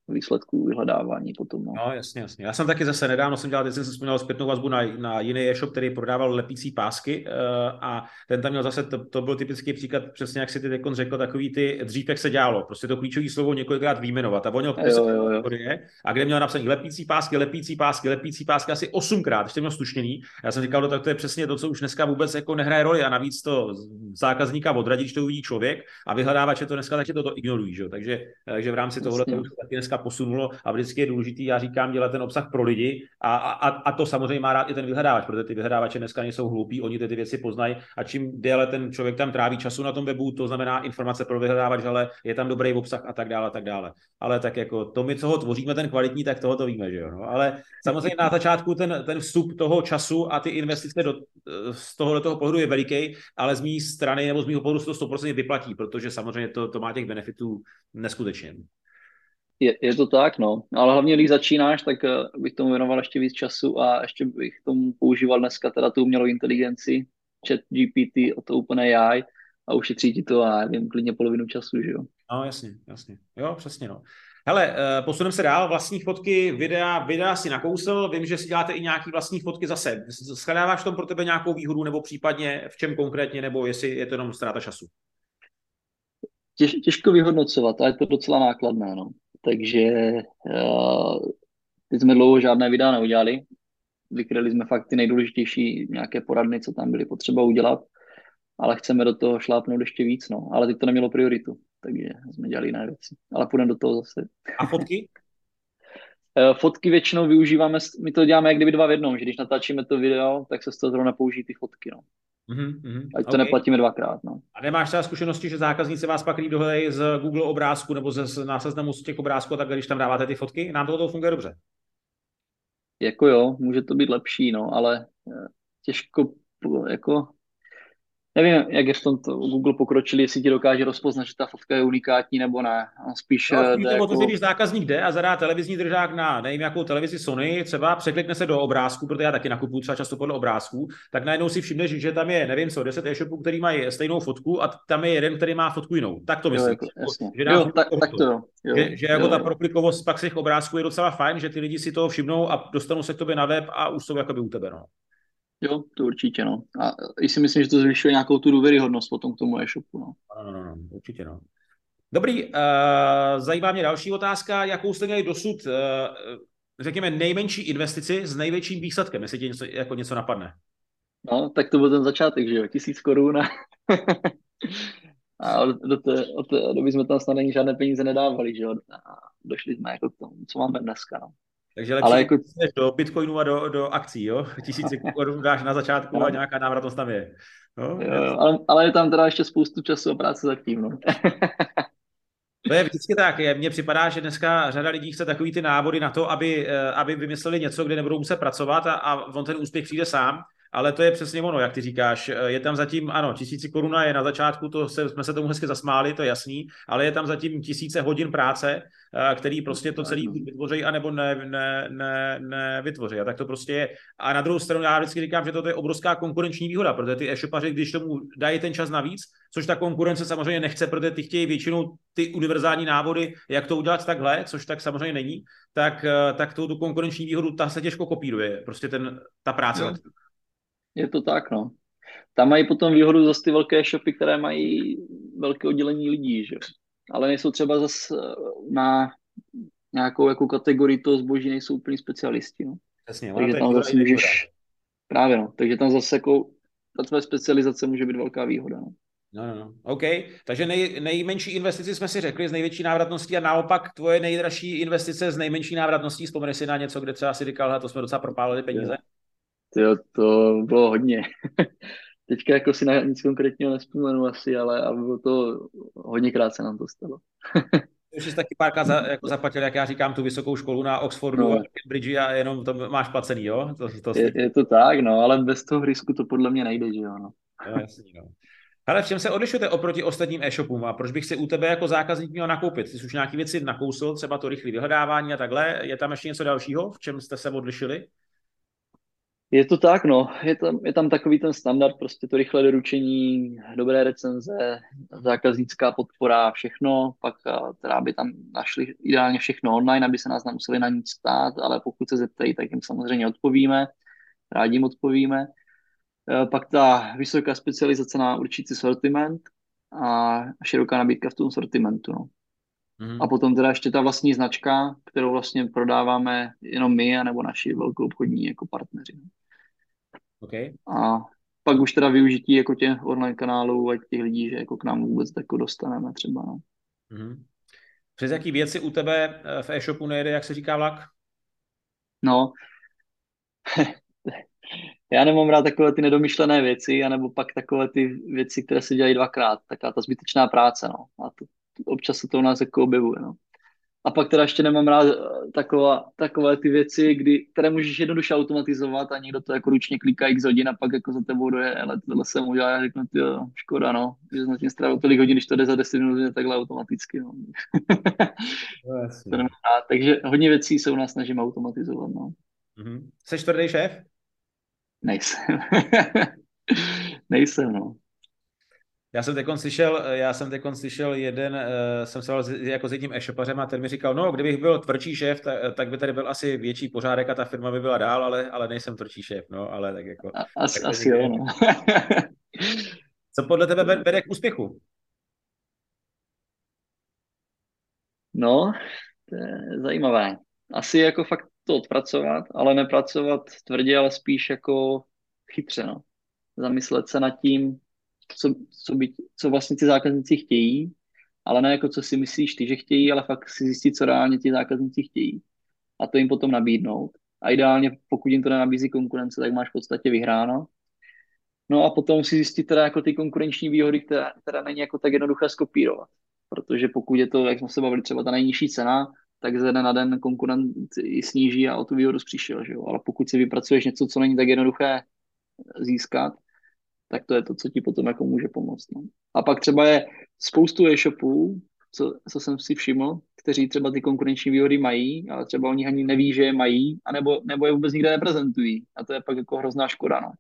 výsledků vyhledávání potom. No. No, jasně, jasně. Já jsem taky zase nedávno jsem dělal, teď jsem si vzpomněl zpětnou vazbu na jiný e-shop, který prodával lepící pásky a ten tam měl zase, to byl typický příklad, přesně jak si ty teď řekl, takový ty dřív, jak se dělalo. Prostě to klíčové slovo několikrát vyjmenovat. A on měl popis kategorie, a kde měl napsaný lepící pásky, lepící pásky, lepící pásky asi 8krát, ještě měl stušněný. Já jsem říkal, no, tak to je přesně to, co už dneska vůbec jako nehraje roli a navíc to zákazníka odradí, když to uvidí člověk a vyhledávače to dneska taky to ignorují, že? Takže v rámci tohohle to už se taky dneska posunulo a vždycky je důležitý, já říkám, dělat ten obsah pro lidi a to samozřejmě má rád i ten vyhledávač, protože ty vyhledávače dneska nejsou hloupí, oni ty věci poznají a čím déle ten člověk tam tráví času na tom webu, to znamená informace pro vyhledávač, ale je tam dobrý obsah a tak dále, a tak dále. Ale tak jako to my, co ho tvoříme, ten kvalitní, tak toho to víme, že jo. No? Ale samozřejmě na začátku ten vstup toho času a ty investice z tohoto pohledu je veliký, ale z mé strany nebo z mého pohledu se to 100% vyplatí, protože samozřejmě to má těch benefitů neskutečně. Je to tak, no. Ale hlavně, když začínáš, tak bych tomu věnoval ještě víc času a ještě bych tomu používal dneska teda tu umělou inteligenci, chat GPT a to OpenAI a ušetří ti to, a nevím, klidně polovinu času, že jo. No, jasně, jasně. Jo, přesně, no. Hele, posuneme se dál. Vlastní fotky, videa si nakousl. Vím, že si děláte i nějaký vlastní fotky zase. Shledáváš v tom pro tebe nějakou výhodu, nebo případně v čem konkrétně, nebo jestli je to jenom ztráta času? Těžko vyhodnocovat a je to docela nákladné, no. Takže teď jsme dlouho žádné videa neudělali. Vykryli jsme fakt ty nejdůležitější nějaké poradny, co tam byly potřeba udělat, ale chceme do toho šlápnout ještě víc, no. Ale teď to nemělo prioritu, takže jsme dělali jiné věci. Ale půjdeme do toho zase. A fotky? Fotky většinou využíváme, my to děláme jak kdyby dva v jednom, že když natáčíme to video, tak se z toho zrovna použijí ty fotky, no. Ať to neplatíme dvakrát, no. A nemáš třeba zkušenosti, že zákazníci vás pak líp dohledají z Google obrázku nebo na seznamu z těch obrázků, tak když tam dáváte ty fotky, nám to funguje dobře. Jako jo, může to být lepší, no, ale těžko, jako nevím, jak je v tomto Google pokročili, jestli ti dokáže rozpoznat, že ta fotka je unikátní nebo ne. A spíš no, jako... když zákazník jde a zadá televizní držák na nevím jakou televizi Sony, třeba překlikne se do obrázku, protože já taky nakupuju třeba často podle obrázků, tak najednou si všimneš, že tam je, nevím co, 10 e-shopů, který mají stejnou fotku a tam je jeden, který má fotku jinou. Tak to myslím. Že jako ta proklikovost pak z těch obrázků je docela fajn, že ty lidi si toho všimnou a dostanou se k tobě na web a už jsou jakoby u tebe, no. Jo, to určitě, no. A i si myslím, že to zvyšuje nějakou tu důvěryhodnost potom k tomu e-shopu, no. No, určitě, no. Dobrý, zajímá mě další otázka, jakou jste měli dosud, řekněme, nejmenší investici s největším výsledkem, jestli ti něco napadne. No, tak to byl ten začátek, že jo, 1000 korun a do té doby jsme tam snad ani žádné peníze nedávali, že jo, a došli jsme jako k tomu, co máme dneska, no. Takže lepší ale jako... do bitcoinu a do akcí, jo? 1000 korun dáš na začátku a nějaká návratnost tam je. No, jo, ale je tam teda ještě spoustu času a práce zatím, no. To je vždycky tak. Mně připadá, že dneska řada lidí chce takový ty návody na to, aby vymysleli něco, kde nebudou muset pracovat a on ten úspěch přijde sám. Ale to je přesně ono, jak ty říkáš. Je tam zatím, ano, 1000 korun je na začátku, jsme se tomu hezky zasmáli, to je jasný, ale je tam zatím tisíce hodin práce, který prostě to celý vytvoří, anebo nevytvoří. A tak to prostě je. A na druhou stranu já vždycky říkám, že to je obrovská konkurenční výhoda, protože ty e-shopaři, když tomu dají ten čas navíc, což ta konkurence samozřejmě nechce, protože ty chtějí většinou ty univerzální návody, jak to udělat takhle, což tak samozřejmě není, tak tu konkurenční výhodu ta se těžko kopíruje, prostě ta práce. No. Je to tak, no. Tam mají potom výhodu zase ty velké shopy, které mají velké oddělení lidí, že? Ale nejsou třeba zase na nějakou jako kategorii toho zboží, nejsou úplně specialisti, no. Jasně, takže tam zase můžeš... Právě, no. Takže tam zase jako ta tvoje specializace může být velká výhoda, no. No. OK, takže nejmenší investici jsme si řekli s největší návratností a naopak tvoje nejdražší investice s nejmenší návratností, vzpomeneš si na něco, kde třeba si říkal, to jsme docela propálili peníze? Jo, to bylo hodně. Teďka jako si na nic konkrétního nevzpomenu asi, ale bylo to hodněkrát se nám to stalo. Už jsi taky párkrát zaplatil, jak já říkám, tu vysokou školu na Oxfordu a Cambridge a jenom to máš placený, jo? Je to tak, no, ale bez toho risku to podle mě nejde, že jo, no. Jo, jasný, no. Hele, v čem se odlišujete oproti ostatním e-shopům a proč bych si u tebe jako zákazník měl nakoupit? Ty jsi už nějaký věci nakousl, třeba to rychlé vyhledávání a takhle. Je tam ještě něco dalšího, v čem jste se odlišili? Je to tak, no. Je tam takový ten standard, prostě to rychlé doručení, dobré recenze, zákaznická podpora, všechno. Pak teda by tam našli ideálně všechno online, aby se nás nemuseli na nic stát, ale pokud se zeptají, tak jim samozřejmě odpovíme, rádi jim odpovíme. Pak ta vysoká specializace na určitý sortiment a široká nabídka v tom sortimentu, no. A Mhm. potom teda ještě ta vlastní značka, kterou vlastně prodáváme jenom my, anebo naši velkou obchodní jako partneři. OK. A pak už teda využití jako těch online kanálů a těch lidí, že jako k nám vůbec jako dostaneme třeba, no. Mhm. Přes jaký věci u tebe v e-shopu nejde, jak se říká, vlak? No, já nemám rád takové ty nedomyšlené věci, anebo pak takové ty věci, které se dělají dvakrát, taká ta zbytečná práce, no. A občas se to u nás jako objevuje, no. A pak teda ještě nemám rád takové ty věci, které můžeš jednoduše automatizovat a někdo to jako ručně kliká x hodin a pak jako za tebou doje, ale tohle jsem udělal, já řeknu, tyjo, škoda, no, že jsem na tím strávil tolik hodin, když to jde za 10 minut takhle automaticky, no. No, To jasně. nemám rád. Takže hodně věcí se u nás snažím automatizovat, no. Mhm. Jsi čtvrtý šéf? Nejsem. Nejsem, no. Já jsem teď slyšel jeden, jsem se bavil jako s jedním e-shopařem a ten mi říkal, no, kdybych byl tvrdší šéf, tak by tady byl asi větší pořádek a ta firma by byla dál, ale nejsem tvrdší šéf, no, ale tak jako, Asi, tak to asi někde jo, je. no. Co podle tebe vede k úspěchu? No, to je zajímavé. Asi jako fakt to odpracovat, ale nepracovat tvrdě, ale spíš jako chytře, no. Zamyslet se nad tím, co vlastně ty zákazníci chtějí, ale ne jako co si myslíš ty, že chtějí, ale fakt si zjistit, co reálně ti zákazníci chtějí a to jim potom nabídnout. A ideálně, pokud jim to nenabízí konkurence, tak máš v podstatě vyhráno. No a potom si zjistit teda jako ty konkurenční výhody, která není jako tak jednoduché skopírovat. Protože pokud je to, jak jsme se bavili, třeba ta nejnižší cena, tak ze dne na den konkurent ji sníží a o tu výhodu přišel, že jo. Ale pokud si vypracuješ něco, co není tak jednoduché získat, tak to je to, co ti potom jako může pomoct. No. A pak třeba je spoustu e-shopů, co jsem si všiml, kteří třeba ty konkurenční výhody mají, ale třeba oni ani neví, že je mají, nebo je vůbec nikde neprezentují. A to je pak jako hrozná škoda, no.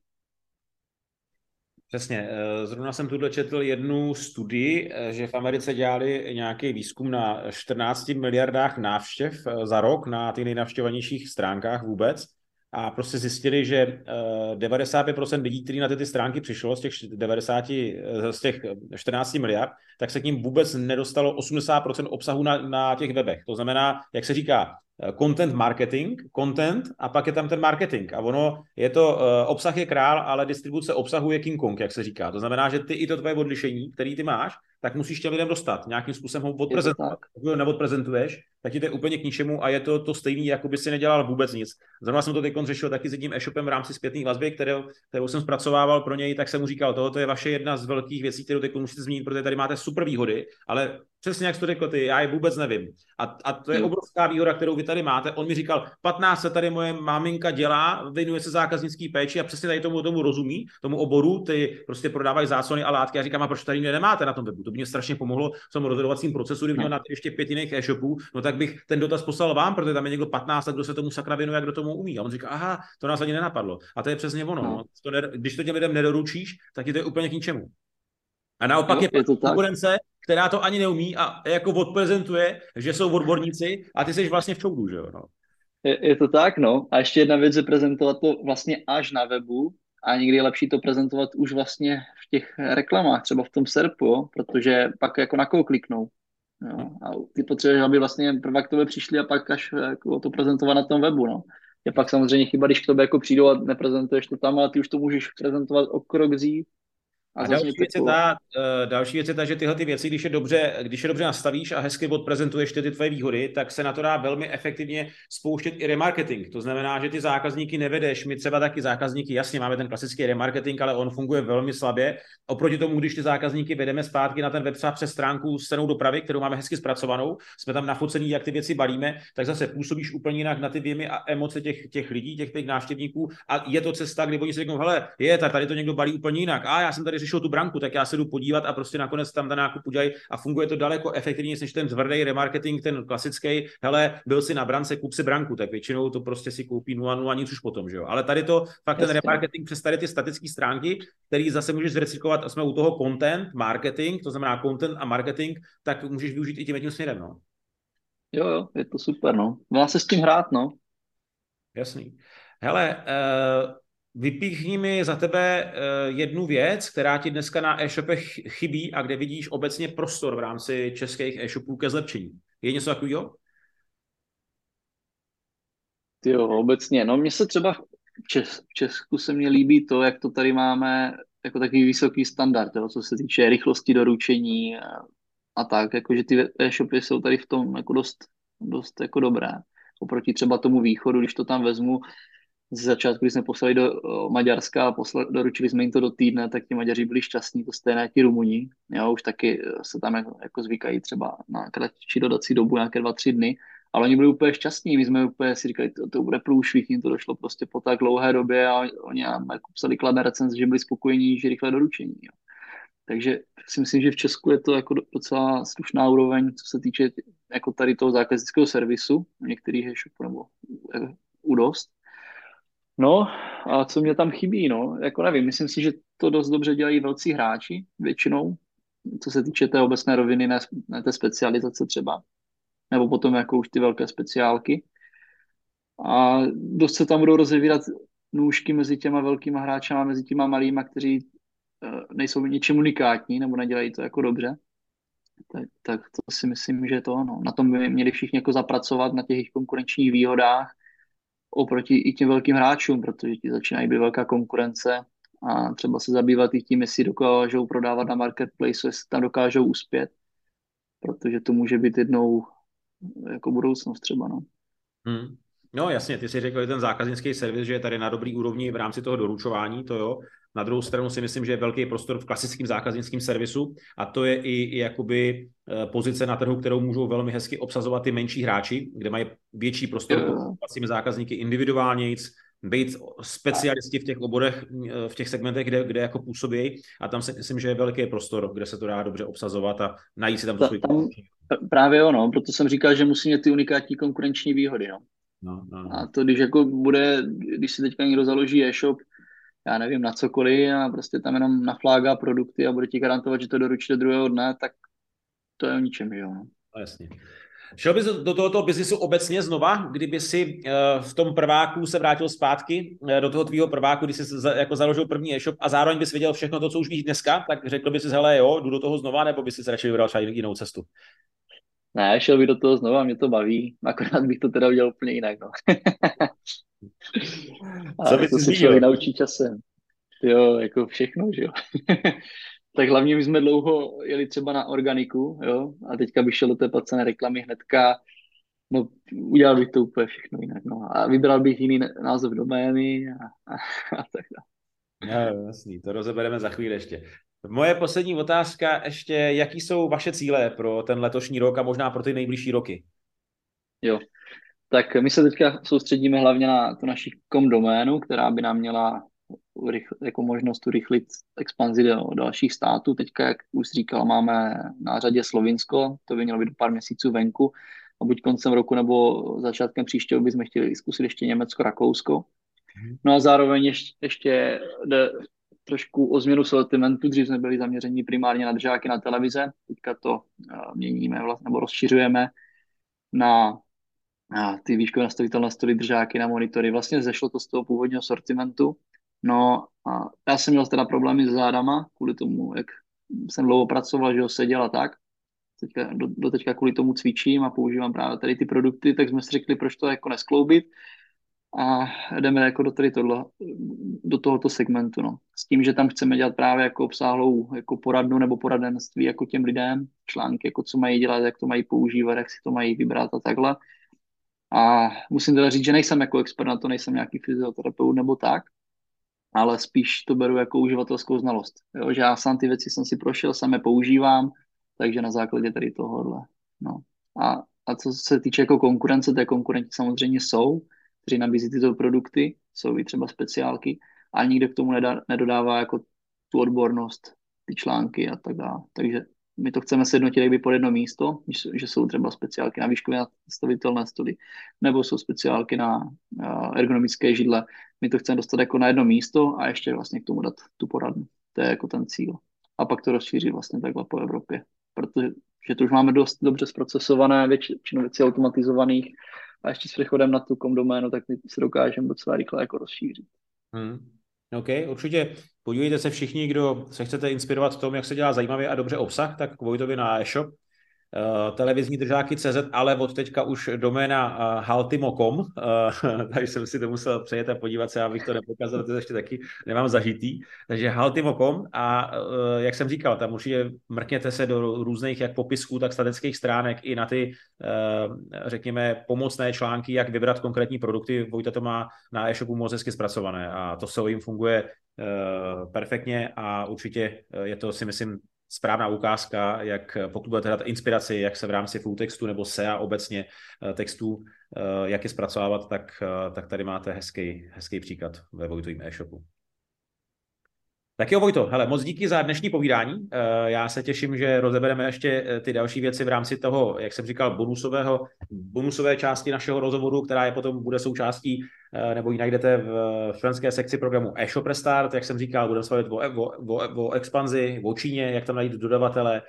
Přesně. Zrovna jsem tuhle četl jednu studii, že v Americe dělali nějaký výzkum na 14 miliardách návštěv za rok na těch nejnavštěvanějších stránkách vůbec. A prostě zjistili, že 95% lidí, kteří na ty stránky přišlo z těch 14 miliard, tak se k ním vůbec nedostalo 80% obsahu na těch webech. To znamená, jak se říká, content marketing, content a pak je tam ten marketing. A ono je to, obsah je král, ale distribuce obsahu je King Kong, jak se říká. To znamená, že ty i to tvoje odlišení, který ty máš, tak musíš těm lidem dostat. Nějakým způsobem ho Je to odprezentovat. tak. Pokud ho neodprezentuješ, tak ti to je úplně k ničemu a je to stejný, jako by si nedělal vůbec nic. Zrovna jsem to teď řešil taky s jedním e-shopem v rámci zpětné vazby, kterou jsem zpracovával pro něj, tak jsem mu říkal, tohle je vaše jedna z velkých věcí, kterou teď musíte změnit, protože tady máte super výhody, ale přesně jak jsi to řekl ty, já je vůbec nevím. A to je Jo. obrovská výhoda, kterou vy tady máte. On mi říkal, 15 se tady moje maminka dělá, věnuje se zákaznický péči a přesně tady tomu rozumí, tomu oboru, ty prostě prodávají záclony a látky. A říkám, a proč tady mě nemáte na tom webu? To by mě strašně pomohlo v tom rozhodovacím procesu, kdyby měl No. na ještě 5 jiných e-shopů, no tak bych ten dotaz poslal vám, protože tam je někdo 15, kdo se tomu sakra věnuje, jak kdo tomu umí. A on říká, aha, to nás ani nenapadlo. A to je přesně ono. No. No. Když to těm lidem nedoručíš, tak je to úplně k ničemu. A naopak Jo, je je pak to tak. konkurence, která to ani neumí a jako odprezentuje, že jsou odborníci a ty jsi vlastně v čoudu, že jo? No. Je to tak, no. A ještě jedna věc je prezentovat to vlastně až na webu a někdy je lepší to prezentovat už vlastně v těch reklamách, třeba v tom SERPu, jo, protože pak jako na koho kliknou. Jo. A ty potřebuješ, aby vlastně prvá k tobě přišli a pak až jako to prezentovat na tom webu, no. Je pak samozřejmě chyba, když k tobě jako přijdou a neprezentuješ to tam, ale ty už to můžeš prezentovat o krok dřív a A začne další to věc je jako, ta, že tyhle ty věci, když je dobře nastavíš a hezky odprezentuješ ty tvoje výhody, tak se na to dá velmi efektivně spouštět i remarketing. To znamená, že ty zákazníky nevedeš. My třeba taky zákazníky, jasně máme ten klasický remarketing, ale on funguje velmi slabě. Oproti tomu, když ty zákazníky vedeme zpátky na ten web třeba přes stránku s cenou dopravy, kterou máme hezky zpracovanou, jsme tam nafocení, jak ty věci balíme, tak zase působíš úplně jinak na ty věmy a emoce těch lidí, těch návštěvníků a je to cesta, kdy oni si řeknou, hele, tady to někdo balí úplně jinak. A já jsem tady slyšel tu branku, tak já se jdu podívat a prostě nakonec tam ten nákup udělají a funguje to daleko efektivněji než ten tvrdý remarketing, ten klasický. Hele, byl si na brance, kup si branku, tak většinou to prostě si koupí 0,0 nic už potom, že jo. Ale tady to fakt ten remarketing přes tady ty statické stránky, který zase můžeš zrecyklovat, a jsme u toho content, marketing, to znamená content a marketing, tak můžeš využít i tím směrem, no. Jo, je to super, no. Dá se s tím hrát, no. Jasný. Hele, vypíchni mi za tebe jednu věc, která ti dneska na e-shopech chybí a kde vidíš obecně prostor v rámci českých e-shopů ke zlepšení. Je něco takového? Jo, obecně. No mně se třeba v Česku se mně líbí to, jak to tady máme jako takový vysoký standard, jo, co se týče rychlosti doručení a tak, jakože ty e-shopy jsou tady v tom jako dost jako dobré. Oproti třeba tomu východu, když to tam vezmu, z začátku, když jsme poslali do Maďarska a doručili jsme jim to do týdne, tak ti Maďaři byli šťastní, to stejné jak ti Rumuni. Jo, už taky se tam jako zvykají třeba na kratší dodací dobu, nějaké 2-3 dny, ale oni byli úplně šťastní, my jsme úplně si říkali, to bude průšvih, jim to došlo prostě po tak dlouhé době a oni nám jako psali kladné recenze, že byli spokojení, že rychle doručení. Jo. Takže si myslím, že v Česku je to jako docela slušná úroveň, co se týče jako tady toho zákaznického servisu, u některých e-shopů nebo u dost. No, a co mě tam chybí, no, jako nevím, myslím si, že to dost dobře dělají velcí hráči, většinou, co se týče té obecné roviny, ne té specializace třeba, nebo potom jako už ty velké speciálky. A dost se tam budou rozevírat nůžky mezi těma velkýma hráčama, mezi těma malýma, kteří nejsou něčím unikátní, nebo nedělají to jako dobře. Tak to si myslím, že je to ono. Na tom by měli všichni jako zapracovat, na těch konkurenčních výhodách, oproti i těm velkým hráčům, protože ti začínají být velká konkurence a třeba se zabývat i tím, jestli dokážou prodávat na marketplace, jestli tam dokážou uspět, protože to může být jednou jako budoucnost třeba, no. No jasně, ty jsi řekl, že ten zákaznický servis, že je tady na dobrý úrovni v rámci toho doručování, to jo. Na druhou stranu si myslím, že je velký prostor v klasickém zákaznickém servisu a to je i jakoby pozice na trhu, kterou můžou velmi hezky obsazovat ty menší hráči, kde mají větší prostor s těmi zákazníky individuálnějc, být specialisti v těch oborech, v těch segmentech, kde jako působí a tam si myslím, že je velký prostor, kde se to dá dobře obsazovat a najít si tam to svůj. Právě ono, proto jsem říkal, že musí mít ty unikátní konkurenční výhody, no. No. A to, když jako bude, když si teďka někdo založí e-shop, já nevím, na cokoliv a prostě tam jenom naflágá produkty a bude ti garantovat, že to doručí do druhého dne, tak to je o ničem, jo. No. Jasně. Šel bys do tohoto biznisu obecně znova, kdyby si v tom prváku se vrátil zpátky do toho tvýho prváku, když jsi jako založil první e-shop a zároveň bys věděl všechno to, co už víš dneska, tak řekl bys si, hele jo, jdu do toho znova, nebo bys si radši vybral třeba jinou cestu? Ne, šel bych do toho znova, mě to baví, akorát bych to teda udělal úplně jinak, no. Co bys to se člověk naučí časem. Jo, jako všechno, že jo. Tak hlavně my jsme dlouho jeli třeba na organiku, jo, a teďka bych šel do té placené reklamy hnedka, no udělal bych to úplně všechno jinak, no. A vybral bych jiný název domény a tak dále. Jo, jasný, to rozebereme za chvíli ještě. Moje poslední otázka ještě, jaký jsou vaše cíle pro ten letošní rok a možná pro ty nejbližší roky? Jo, tak my se teďka soustředíme hlavně na tu naši doménu, která by nám měla jako možnost urychlit expanzi do dalších států. Teďka, jak už říkal, máme na řadě Slovinsko, to by mělo být pár měsíců venku a buď koncem roku nebo začátkem příštího bychom chtěli zkusit ještě Německo, Rakousko. No a zároveň ještě jde trošku o změnu sortimentu, dřív jsme byli zaměření primárně na držáky na televize, teďka to měníme vlastně, nebo rozšiřujeme na ty výškové nastavitelné stoly, držáky na monitory. Vlastně zešlo to z toho původního sortimentu. No a já jsem měl teda problémy s zádama, kvůli tomu, jak jsem dlouho pracoval, že ho seděl a tak. Teďka kvůli tomu cvičím a používám právě tady ty produkty, tak jsme si řekli, proč to jako neskloubit a jdeme jako do tohoto segmentu. No. S tím, že tam chceme dělat právě jako obsáhlou jako poradnu nebo poradenství jako těm lidem, články, jako co mají dělat, jak to mají používat, jak si to mají vybrat a takhle. A musím teda říct, že nejsem jako expert na to, nejsem nějaký fyzioterapeut nebo tak, ale spíš to beru jako uživatelskou znalost. Jo, že já sám ty věci jsem si prošel, sám je používám, takže na základě tady tohohle. No. A co se týče jako konkurence, té konkurenti samozřejmě jsou, kteří nabízí tyto produkty, jsou i třeba speciálky, ale nikdo k tomu nedodává jako tu odbornost ty články a tak dále. Takže my to chceme sjednotit jakby pod jedno místo, že jsou třeba speciálky na výškové nastavitelné stoly, nebo jsou speciálky na ergonomické židle. My to chceme dostat jako na jedno místo a ještě vlastně k tomu dát tu poradnu. To je jako ten cíl. A pak to rozšířit vlastně takhle po Evropě. Protože že to už máme dost dobře zprocesované, většinou věcí automatizovaných a ještě s přechodem na tu doménu, tak my se dokážeme docela rychle jako rozšířit. OK, určitě podívejte se všichni, kdo se chcete inspirovat v tom, jak se dělá zajímavě a dobře obsah, tak k Vojtovi na e-shop. Televizní držáky CZ, ale od teďka už doména haltimo.com, takže jsem si to musel přejet a podívat se, abych to nepokázal, to ještě taky nemám zažitý. Takže haltimo.com a jak jsem říkal, tam určitě mrkněte se do různých jak popisků, tak stateckých stránek i na ty, řekněme, pomocné články, jak vybrat konkrétní produkty. Vojta to má na e-shopu moc hezky zpracované a to SEO jim funguje perfektně a určitě je to, si myslím, správná ukázka, jak pokud budete hledat inspiraci, jak se v rámci full textu nebo SEA obecně textů, jak je zpracovávat, tak tady máte hezký příklad ve Vojtovým e-shopu. Tak jo, Vojto, hele, moc díky za dnešní povídání. Já se těším, že rozebereme ještě ty další věci v rámci toho, jak jsem říkal, bonusové části našeho rozhovoru, která je potom bude součástí, nebo ji najdete v členské sekci programu eShop Restart. Jak jsem říkal, budeme se bavit o expanzi, o Číně, jak tam najít dodavatele,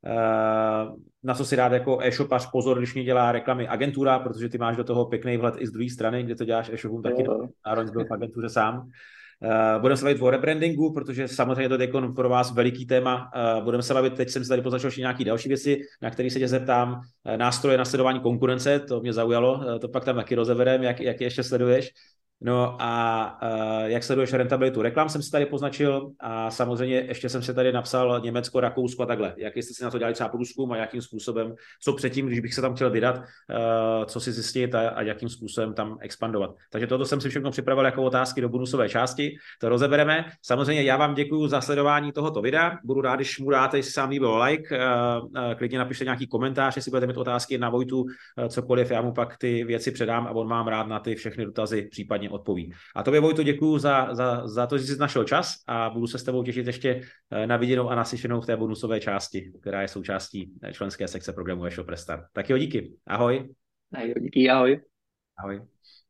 na co si dát jako e-shopař pozor, když mě dělá reklamy agentura, protože ty máš do toho pěkný vhled i z druhé strany, kde to děláš e-shopům taky, zároveň byl v agentuře sám. Budeme se bavit o rebrandingu, protože samozřejmě to je pro vás veliký téma. Budeme se bavit, teď jsem si tady poznačil ještě nějaké další věci, na které se tě zeptám. Nástroje na sledování konkurence, to mě zaujalo, to pak tam taky rozeberem, jak je ještě sleduješ. No a jak sleduješ rentabilitu reklam, jsem si tady poznačil a samozřejmě ještě jsem si tady napsal Německo, Rakousko a takhle. Jak jste si na to dělali třeba průzkum a jakým způsobem, co předtím, když bych se tam chtěl vydat, co si zjistit a jakým způsobem tam expandovat. Takže toto jsem si všechno připravil jako otázky do bonusové části, to rozebereme. Samozřejmě já vám děkuji za sledování tohoto videa, budu rád, když mu dáte, jestli se vám líbilo like, klidně napište nějaký komentář, jestli budete mít otázky na Vojtu, cokoliv, já mu pak ty věci předám a on mám rád na ty všechny dotazy případně odpoví. A tobě, Vojto, děkuju za to, že jsi našel čas a budu se s tebou těšit ještě na viděnou a naslyšenou v té bonusové části, která je součástí členské sekce programu eShop Restart. Tak jo, díky. Ahoj. Díky, ahoj. Ahoj.